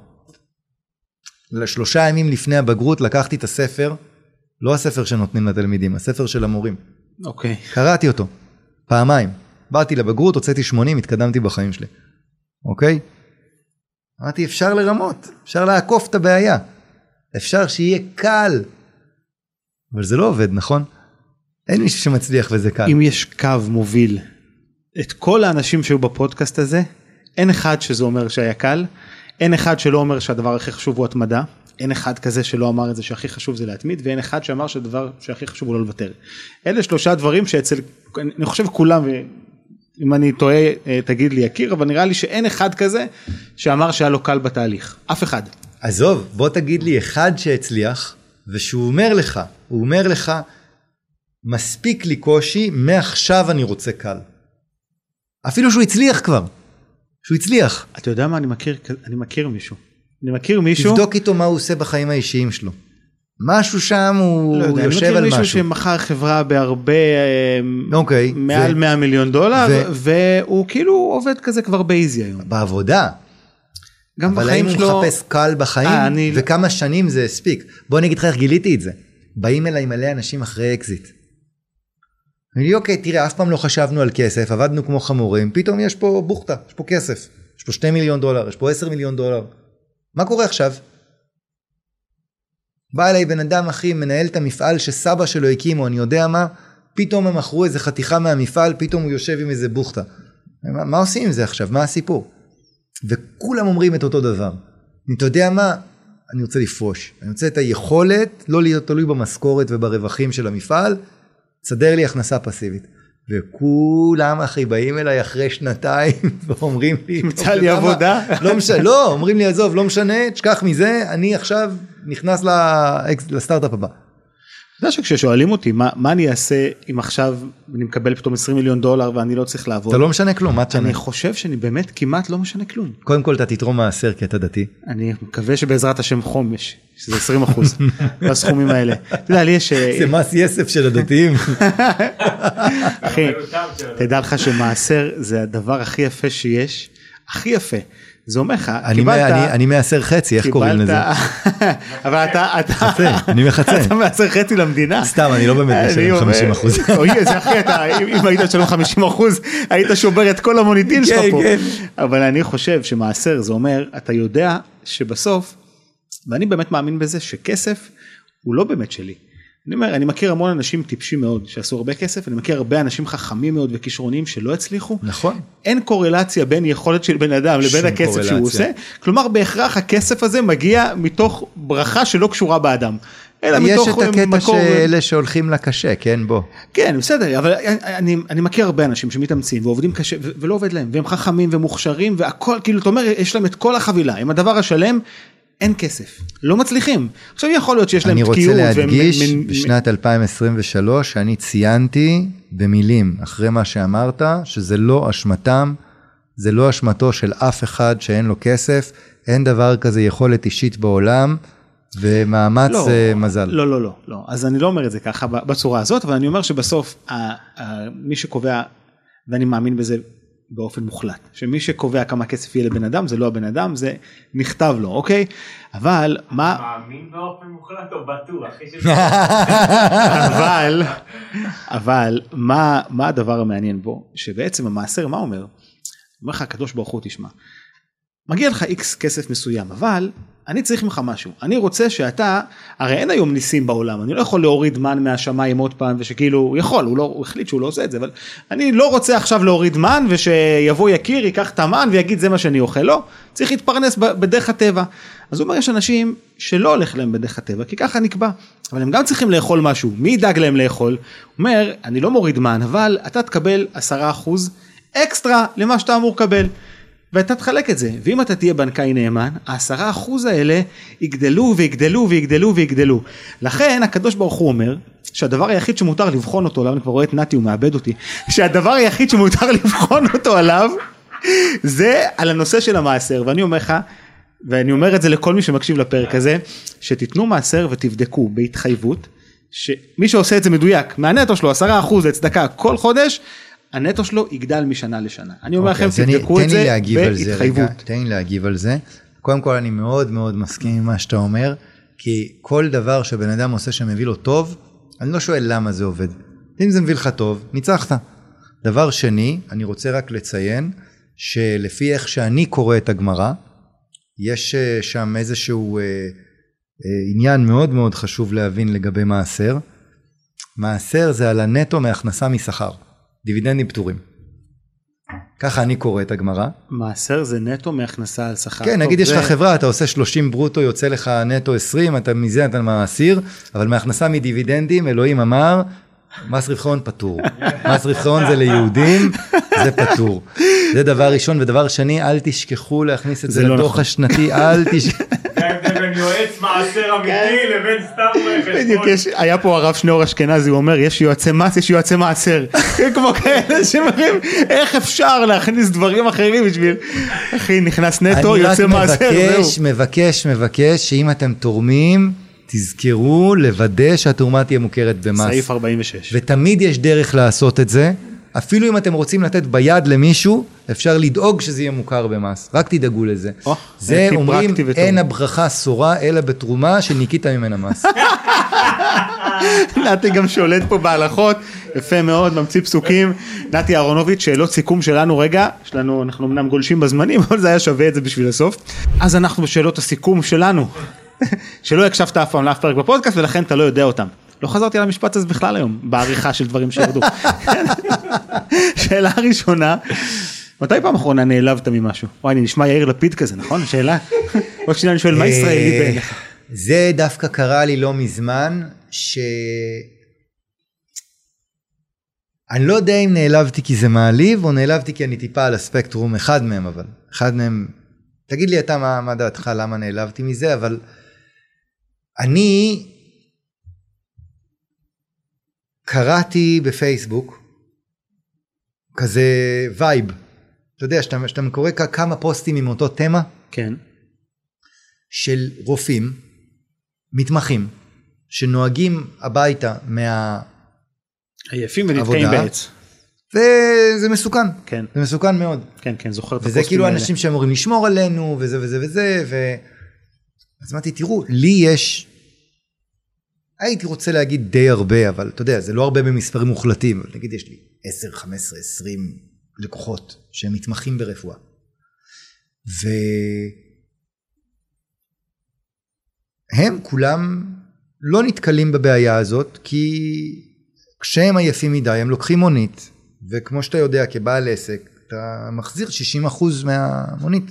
3 ימים לפני הבגרות לקחתי את הספר, לא הספר שנותנים לתלמידים, הספר של המורים. אוקיי. קראתי אותו, פעמיים. באתי לבגרות, הוצאתי 80, התקדמתי בחיים שלי. אוקיי? אמרתי, אפשר לרמות, אפשר לעקוף את הבעיה. אפשר שיהיה קל. אבל זה לא עובד, נכון? אין מישהו שמצליח וזה קל. אם יש קו מוביל, את כל האנשים שהיו בפודקאסט הזה, אין אחד שזה אומר שהיה קל, אין אחד שלא אומר שהדבר הכי חשוב הוא התמדה, אין אחד כזה שלא אמר את זה שהכי חשוב זה להתמיד, ואין אחד שאמר שהדבר שהכי חשוב הוא לא לוותר. אלה 3 דברים שאצל, אני חושב כולם, אם אני טועה תגיד לי יכיר, אבל נראה לי שאין אחד כזה שאמר שהיה לו קל בתהליך. אף אחד. עזוב, בוא תגיד לי אחד שהצליח, ושהוא אומר לך, מספיק לי קושי, מעכשיו אני רוצה קל. אפילו שהוא הצליח כבר. שהוא הצליח. אתה יודע מה, אני מכיר מישהו. תבדוק איתו מה הוא עושה בחיים האישיים שלו. משהו שם הוא לא יודע, יושב על משהו. אני מכיר מישהו שמכר חברה בהרבה, אוקיי, מעל $100 מיליון, והוא כאילו עובד כזה כבר באיזי היום. בעבודה. גם אבל בחיים האם שלו... הוא מחפש קל בחיים? וכמה שנים זה הספיק? בוא נגיד לך איך גיליתי את זה. באים אליי מלא אנשים אחרי אקזיט. אני לי, אוקיי, תראה, אף פעם לא חשבנו על כסף, עבדנו כמו חמורים, פתאום יש פה בוכתה, יש פה כסף, יש פה $2 מיליון, יש פה $10 מיליון. מה קורה עכשיו? בא אליי בן אדם אחי, מנהל את המפעל שסבא שלו הקימו, אני יודע מה, פתאום הם מכרו איזה חתיכה מהמפעל, פתאום הוא יושב עם איזה בוכתה. מה עושים עם זה עכשיו? מה הסיפור? וכולם אומרים את אותו דבר. אתה יודע מה? אני רוצה לפרוש. אני רוצה את היכולת, לא להיות תלוי במשכורת וברווחים של המפעל, תסדר לי הכנסה פסיבית. וכולם אחי באים אליי אחרי 2 ואומרים לי, מצא לי עבודה? לא, אומרים לי עזוב, לא משנה, תשכח מזה, אני עכשיו נכנס לסטארט-אפ הבא. אתה יודע שכששואלים אותי, מה אני אעשה אם עכשיו אני מקבל פתאום $20 מיליון ואני לא צריך לעבוד? אתה לא משנה כלום, מה תשנה? אני חושב שאני באמת כמעט לא משנה כלום. קודם כל אתה תתרום מעשר כי אתה דתי. אני מקווה שבעזרת השם חומש, שזה 20%, בסכומים האלה. אתה יודע, לי יש... זה מס יסף של הדתיים. אחי, תדע לך שמעשר זה הדבר הכי יפה שיש. הכי יפה. זה אומר לך, אני מעשר חצי, איך קוראים לזה? אבל אני מחצה. אתה מעשר חצי למדינה. סתם, אני לא באמת משלם 50%. אוי, זה אחי, אם היית שלם 50%, היית שובר את כל המוניטין שלך פה. אבל אני חושב שמעשר, זה אומר, אתה יודע שבסוף, ואני באמת מאמין בזה, שכסף הוא לא באמת שלי. אני אומר, אני מכיר המון אנשים טיפשים מאוד, שעשו הרבה כסף, אני מכיר הרבה אנשים חכמים מאוד וכישרונים שלא הצליחו. נכון. אין קורלציה בין יכולת של בן אדם לבין הכסף שהוא עושה, כלומר בהכרח הכסף הזה מגיע מתוך ברכה שלא קשורה באדם. יש את הקטע שאלה שהולכים לקשה, כן, בוא. כן, בסדר, אבל אני מכיר הרבה אנשים שמתאמצים ועובדים קשה ולא עובד להם, והם חכמים ומוכשרים והכל, כאילו, אתה אומר, יש להם את כל החבילה, עם הדבר השלם, אין כסף, לא מצליחים. עכשיו יכול להיות שיש להם תקיעות. אני רוצה להדגיש בשנת 2023 שאני ציינתי במילים אחרי מה שאמרת, שזה לא אשמתם, זה לא אשמתו של אף אחד שאין לו כסף, אין דבר כזה יכולת אישית בעולם, ומאמץ מזל. לא. אז אני לא אומר את זה ככה בצורה הזאת, אבל אני אומר שבסוף מי שקובע, ואני מאמין בזה, באופן מוחלט, שמי שקובע כמה כסף יהיה לבן אדם, זה לא הבן אדם, זה נכתב לו, אוקיי? אבל מה... מאמין באופן מוחלט או בטוח? אבל מה הדבר המעניין בו? שבעצם המעשר, מה אומר? אומר לך, הקדוש ברוך הוא תשמע, מגיע לך איקס כסף מסוים, אבל אני צריך ממך משהו, אני רוצה שאתה, הרי אין היום ניסים בעולם, אני לא יכול להוריד מן מהשמיים עוד פעם, ושכאילו הוא יכול, הוא החליט שהוא לא עושה את זה, אבל אני לא רוצה עכשיו להוריד מן, ושיבוא יקיר, ייקח את המן, ויגיד זה מה שאני אוכל, לא, צריך להתפרנס בדרך הטבע, אז הוא אומר, יש אנשים שלא הולך להם בדרך הטבע, כי ככה נקבע, אבל הם גם צריכים לאכול משהו, מי ידאג להם לאכול? הוא אומר, אני לא מוריד מן, אבל אתה תקבל 10% אקסטרה למה שאתה אמור לקבל. ואתה תחלק את זה, ואם אתה תהיה בנקאי נאמן, 10% האלה יגדלו ויגדלו ויגדלו ויגדלו. לכן הקדוש ברוך הוא אומר, שהדבר היחיד שמותר לבחון אותו, למה אני כבר רואה את נתי, הוא מאבד אותי, שהדבר היחיד שמותר לבחון אותו עליו, זה על הנושא של המעשר, ואני אומר לך, ואני אומר את זה לכל מי שמקשיב לפרק הזה, שתיתנו מעשר ותבדקו בהתחייבות, שמי שעושה את זה מדויק, מהנטו שלו 10% לצדקה כל חודש, הנטו שלו יגדל משנה לשנה. אני אומר לכם, תבדקו את זה בהתחייבות. תן לי להגיב על זה. קודם כל, אני מאוד מאוד מסכים עם מה שאתה אומר, כי כל דבר שבן אדם עושה שמביא לו טוב, אני לא שואל למה זה עובד. אם זה מביא לך טוב, ניצחת. דבר שני, אני רוצה רק לציין, שלפי איך שאני קורא את הגמרא, יש שם איזשהו עניין מאוד מאוד חשוב להבין לגבי מעשר. מעשר זה על הנטו מהכנסה משכר. דיבידנדים פטורים. ככה אני קורא את הגמרא. מעשר זה נטו מהכנסה על שכר. כן, נגיד יש לך חברה, אתה עושה 30 ברוטו, יוצא לך נטו 20, אתה מזה אתה מעשיר, אבל מהכנסה מדיבידנדים, אלוהים אמר, מס רווחון פטור. מס רווחון זה ליהודים, זה פטור. זה דבר ראשון, ודבר שני, אל תשכחו להכניס את זה לתוך השנתי, אל תשכחו. זה ההבדל בין יועץ מעשר אמיתי לבין סתם חשבון. היה פה הרב שניאור אשכנזי, הוא אומר, יש יועצי מס, יש יועצי מעשר. כמו כאלה שמראים, איך אפשר להכניס דברים אחרים בשביל, אחי, נכנס נטו, יועצי מעשר. אני רק מבקש, שאם אתם תורמים, תזכרו לוודא שהתרומה תהיה מוכרת במס. סעיף 46. ותמיד יש דרך לעשות את זה. אפילו אם אתם רוצים לתת ביד למישהו, אפשר לדאוג שזה יהיה מוכר במס. רק תדאגו לזה. זה אומרים, אין הברכה סורה, אלא בתרומה שניקית ממנה מס. נתי גם שולט פה בהלכות, יפה מאוד, ממציא פסוקים. נתי אהרונוביץ', שאלות סיכום שלנו רגע, אנחנו אמנם גולשים בזמנים, אבל זה היה שווה את זה בשביל הסוף. אז אנחנו בשאלות הסיכום שלנו, שלא הקשבת אף פעם לאף פרק בפודקאסט, ולכן אתה לא יודע אותם. לא חזרתי על המשפט הזה בכלל היום, בעריכה של דברים שירדו. שאלה ראשונה, מתי פעם אחרונה נעלבת ממשהו? וואי, אני נשמע יאיר לפיד כזה, נכון? שאלה? עוד שנייה אני שואל, מה ישראלי בעיניך? זה דווקא קרה לי לא מזמן, אני לא יודע אם נעלבתי כי זה מעליב, או נעלבתי כי אני טיפה על הספקטרום, אחד מהם, תגיד לי אתה מה דעתך, למה נעלבתי מזה, אבל אני קראתי בפייסבוק, כזה וייב, אתה יודע, שאתה קורא כמה פוסטים עם אותו תמה, כן, של רופאים, מתמחים, שנוהגים הביתה עייפים ונתקעים בעץ. וזה מסוכן. כן. זה מסוכן מאוד. כן, כן, זוכר את וזה כאילו אנשים שאמורים לשמור עלינו, וזה וזה וזה, אז אמרתי, תראו, לי יש, הייתי רוצה להגיד די הרבה, אבל אתה יודע, זה לא הרבה במספרים מוחלטים, נגיד יש לי 10, 15, 20 לקוחות שהם מתמחים ברפואה. והם כולם לא נתקלים בבעיה הזאת, כי כשהם עייפים מדי, הם לוקחים מונית, וכמו שאתה יודע, כבעל עסק, אתה מחזיר 60% מהמונית.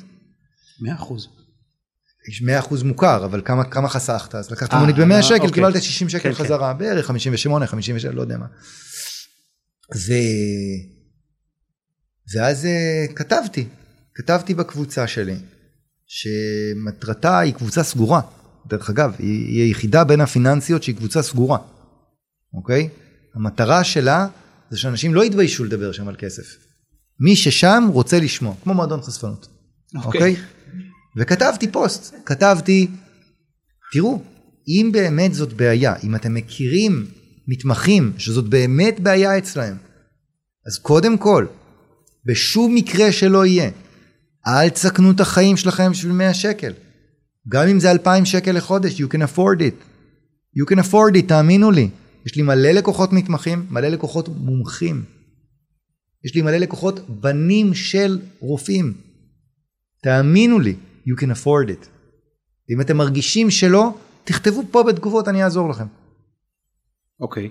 100%. 100% מוכר, אבל כמה חסכת? אז לקחת מונית ב-100 שקל, קיבלת 60 שקל חזרה, בערך 58, 57, לא יודע מה. ואז כתבתי בקבוצה שלי, שמטרתה היא קבוצה סגורה, דרך אגב, היא היחידה בין הפיננסיות שהיא קבוצה סגורה, אוקיי? המטרה שלה זה שאנשים לא יתביישו לדבר שם על כסף. מי ששם רוצה לשמוע, כמו מועדון חשפנות, אוקיי? וכתבתי פוסט, כתבתי, תראו, אם באמת זאת בעיה, אם אתם מכירים מתמחים שזאת באמת בעיה אצלהם, אז קודם כל, בשום מקרה שלא יהיה, אל תסכנו את החיים שלכם בשביל 100 שקל. גם אם זה 2,000 שקל לחודש, you can afford it. You can afford it, תאמינו לי. יש לי מלא לקוחות מתמחים, מלא לקוחות מומחים. יש לי מלא לקוחות בנים של רופאים. תאמינו לי, you can afford it. אם אתם מרגישים שלא, תכתבו פה בתגובות, אני אעזור לכם. אוקיי.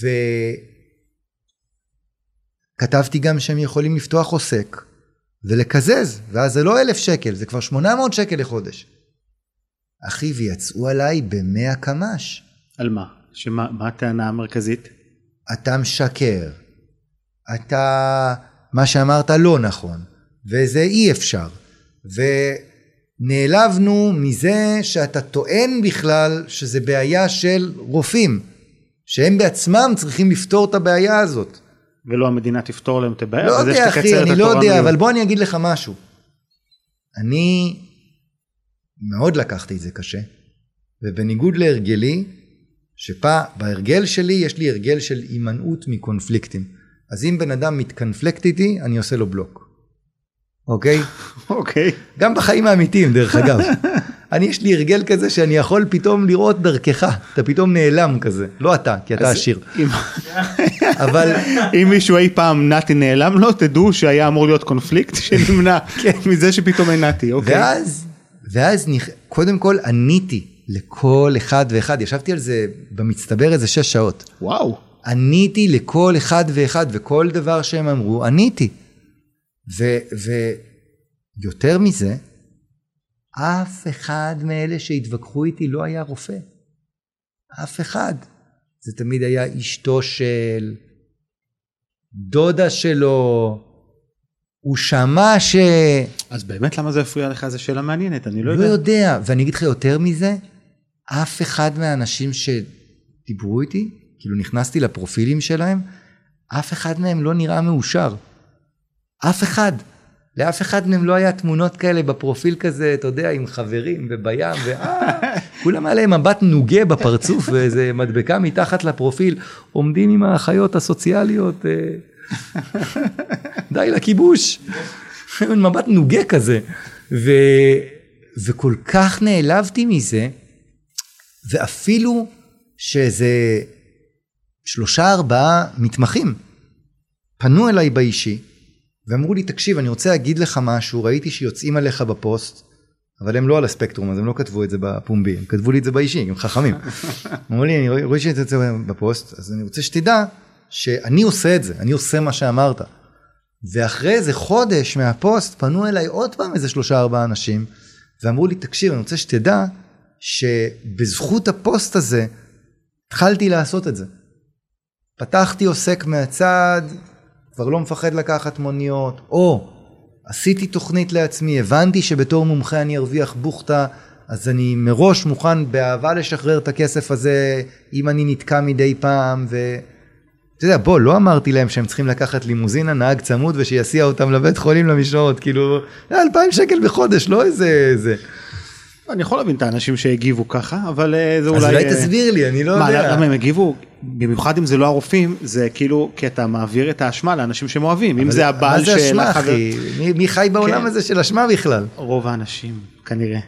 וכתבתי גם שהם יכולים לפתוח עוסק, ולקזז, ואז זה לא 1,000 שקל, זה כבר 800 שקל לחודש. אחי, ויצאו עליי ב100 קמ"ש. על מה? מה הטענה המרכזית? אתה משקר. מה שאמרת לא נכון, וזה אי אפשר. ונעלבנו מזה שאתה טוען בכלל שזה בעיה של רופאים, שהם בעצמם צריכים לפתור את הבעיה הזאת. ולא המדינה תפתור להם את הבעיה. לא יודע אחי, אני לא יודע, אבל בוא אני אגיד לך משהו. אני מאוד לקחתי את זה קשה, ובניגוד להרגלי, בהרגל שלי יש לי הרגל של הימנעות מקונפליקטים. אז אם בן אדם מתקונפליקט איתי, אני עושה לו בלוק. אוקיי? אוקיי. גם בחיים האמיתיים, דרך אגב. יש לי הרגל כזה שאני יכול פתאום לראות דרכך. אתה פתאום נעלם כזה. לא אתה, כי אתה עשיר. אבל אם מישהו אי פעם נתי נעלם לו, תדעו שהיה אמור להיות קונפליקט שנמנע מזה שפתאום אין נתי. ואז קודם כל עניתי לכל אחד ואחד. ישבתי על זה במצטבר איזה 6 שעות. וואו. עניתי לכל אחד ואחד, וכל דבר שהם אמרו, עניתי. ויותר מזה, אף אחד מאלה שהתווכחו איתי לא היה רופא. אף אחד. זה תמיד היה אשתו של, דודה שלו, הוא שמע אז באמת למה זה הפריע לך? זו שאלה מעניינת, אני לא יודע. ואני אגיד לך יותר מזה, אף אחד מהאנשים שדיברו איתי, כאילו נכנסתי לפרופילים שלהם, אף אחד מהם לא נראה מאושר. אף אחד. לאף אחד מהם לא היה תמונות כאלה בפרופיל כזה, אתה יודע, עם חברים ובים, כולם עליהם מבט נוגה בפרצוף, ואיזה מדבקה מתחת לפרופיל, עומדים עם האחיות הסוציאליות, די לכיבוש. מבט נוגה כזה. וכל כך נעלבתי מזה, ואפילו שזה 3-4 מתמחים, פנו אליי באישי, ואמרו לי, תקשיב, אני רוצה להגיד לך משהו, ראיתי שיוצאים עליך בפוסט, אבל הם לא על הספקטרום, אז הם לא כתבו את זה בפומבי, הם כתבו לי את זה באישי, הם חכמים. אמרו לי, אני רואה שאת זה בפוסט, אז אני רוצה שתדע שאני עושה את זה, אני עושה מה שאמרת. ואחרי איזה חודש מהפוסט, פנו אליי עוד פעם איזה 3-4 אנשים, ואמרו לי, תקשיב, אני רוצה שתדע, שבזכות הפוסט הזה, התחלתי לעשות את זה. פתחתי עוסק מהצד, כבר לא מפחד לקחת מוניות, או עשיתי תוכנית לעצמי, הבנתי שבתור מומחה אני ארוויח בוכתה, אז אני מראש מוכן באהבה לשחרר את הכסף הזה, אם אני נתקע מדי פעם, אתה יודע, לא אמרתי להם שהם צריכים לקחת לימוזינה, נהג צמוד, ושיסיע אותם לבית חולים למשעות, כאילו, 2,000 שקל בחודש, לא איזה. אני יכול להבין את האנשים שהגיבו ככה, אבל זה אולי... אז אולי תסביר לי, אני לא יודע. למה הם הגיבו? במיוחד אם זה לא הרופאים, זה כאילו, כי אתה מעביר את האשמה לאנשים שהם אוהבים. אם זה הבעל של... מה זה אשמה, אחי? מי חי בעולם הזה של אשמה בכלל? רוב האנשים, כנראה.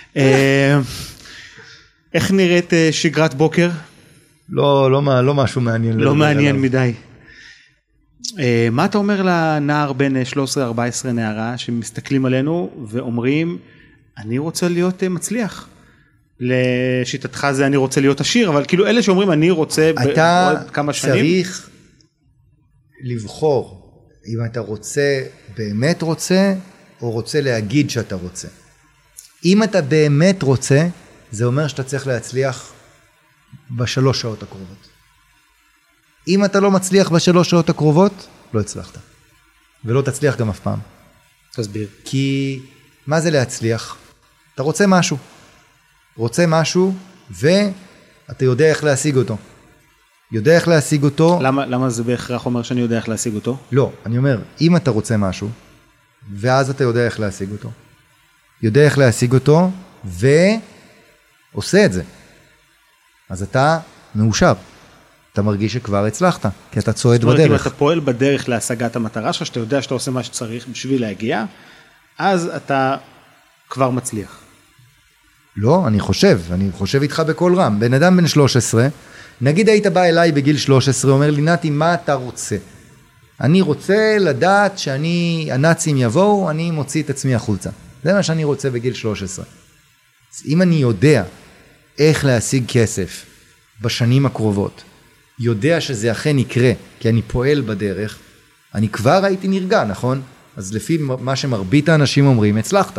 איך נראית שגרת בוקר? לא משהו מעניין. לא מעניין מדי. מה אתה אומר לנער בן 13-14 נערה שמסתכלים עלינו ואומרים, אני רוצה להיות מצליח. לשיטתך זה אני רוצה להיות עשיר, אבל כאילו אלה שאומרים אני רוצה בעוד כמה שנים. אתה צריך לבחור אם אתה רוצה, באמת רוצה, או רוצה להגיד שאתה רוצה. אם אתה באמת רוצה, זה אומר שאתה צריך להצליח בשלוש שעות הקרובות. אם אתה לא מצליח בשלוש שעות הקרובות, לא הצלחת. ולא תצליח גם אף פעם. תסביר. כי מה זה להצליח? אתה רוצה משהו. רוצה משהו, ואתה יודע איך להשיג אותו. יודע איך להשיג אותו. למה זה בהכרח אומר שאני יודע איך להשיג אותו? לא, אני אומר, אם אתה רוצה משהו, ואז אתה יודע איך להשיג אותו. יודע איך להשיג אותו, ועושה את זה. אז אתה מאושר. אתה מרגיש שכבר הצלחת, כי אתה צועד בדרך. זאת אומרת, אם אתה פועל בדרך להשגת המטרה שלך, שאתה יודע שאתה עושה מה שצריך בשביל להגיע, אז אתה כבר מצליח. לא, אני חושב איתך בכל רם. בן אדם בן 13, נגיד היית בא אליי בגיל 13, אומר לי, נתי, מה אתה רוצה? אני רוצה לדעת הנאצים יבואו, אני מוציא את עצמי החוצה. זה מה שאני רוצה בגיל 13. אז אם אני יודע איך להשיג כסף בשנים הקרובות, יודע שזה אכן יקרה, כי אני פועל בדרך, אני כבר הייתי נרגע, נכון? אז לפי מה שמרבית האנשים אומרים, הצלחת.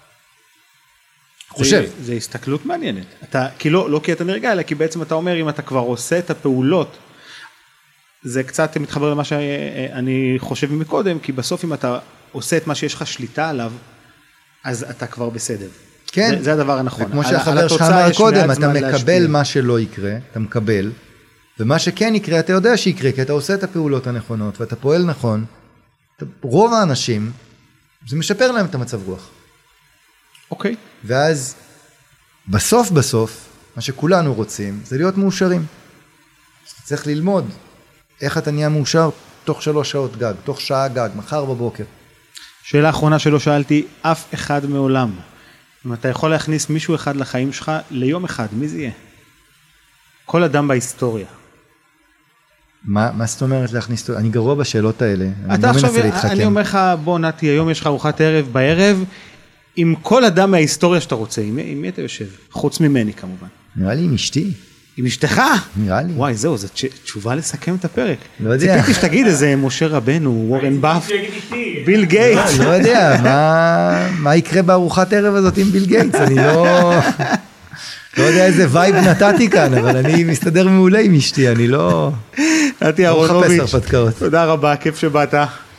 חושב. זה הסתכלות מעניינת. אתה, כי לא כי אתה נרגע, אלא כי בעצם אתה אומר, אם אתה כבר עושה את הפעולות, זה קצת מתחבר למה שאני חושב מקודם, כי בסוף אם אתה עושה את מה שיש לך שליטה עליו, אז אתה כבר בסדר. כן. זה הדבר הנכון. וכמו שהחבר שלך אמר קודם, אתה מקבל מה שלא יקרה, אתה מקבל, ומה שכן יקרה, אתה יודע שיקרה, כי אתה עושה את הפעולות הנכונות, ואתה פועל נכון, רוב האנשים, זה משפר להם את המצב רוח. אוקיי. ואז, בסוף, מה שכולנו רוצים, זה להיות מאושרים. אתה צריך ללמוד איך אתה נהיה מאושר תוך 3 שעות גג, תוך שעה גג, מחר בבוקר. שאלה אחרונה שלא שאלתי, אף אחד מעולם. אם אתה יכול להכניס מישהו אחד לחיים שלך, ליום אחד, מי זה יהיה? כל אדם בהיסטוריה. מה זאת אומרת להכניס? אני גרוע בשאלות האלה. אתה עכשיו, אני אומר לך, בוא נתי, היום יש לך ארוחת ערב בערב, עם כל אדם מההיסטוריה שאתה רוצה, עם מי אתה יושב? חוץ ממני כמובן. נראה לי עם אשתי. עם אשתך? נראה לי. וואי, זהו, זו תשובה לסכם את הפרק. לא יודע. ציפיתי שתגיד איזה משה רבנו, וורן באף, ביל גייטס. לא יודע, מה יקרה בארוחת ערב הזאת עם ביל גייטס? אני לא יודע איזה וייב נתתי כאן, אבל אני מסתדר מעולה עם אשתי, אני לא נתי אהרונוביץ', מחפש הרפתקאות. תודה רבה, כיף שבאת.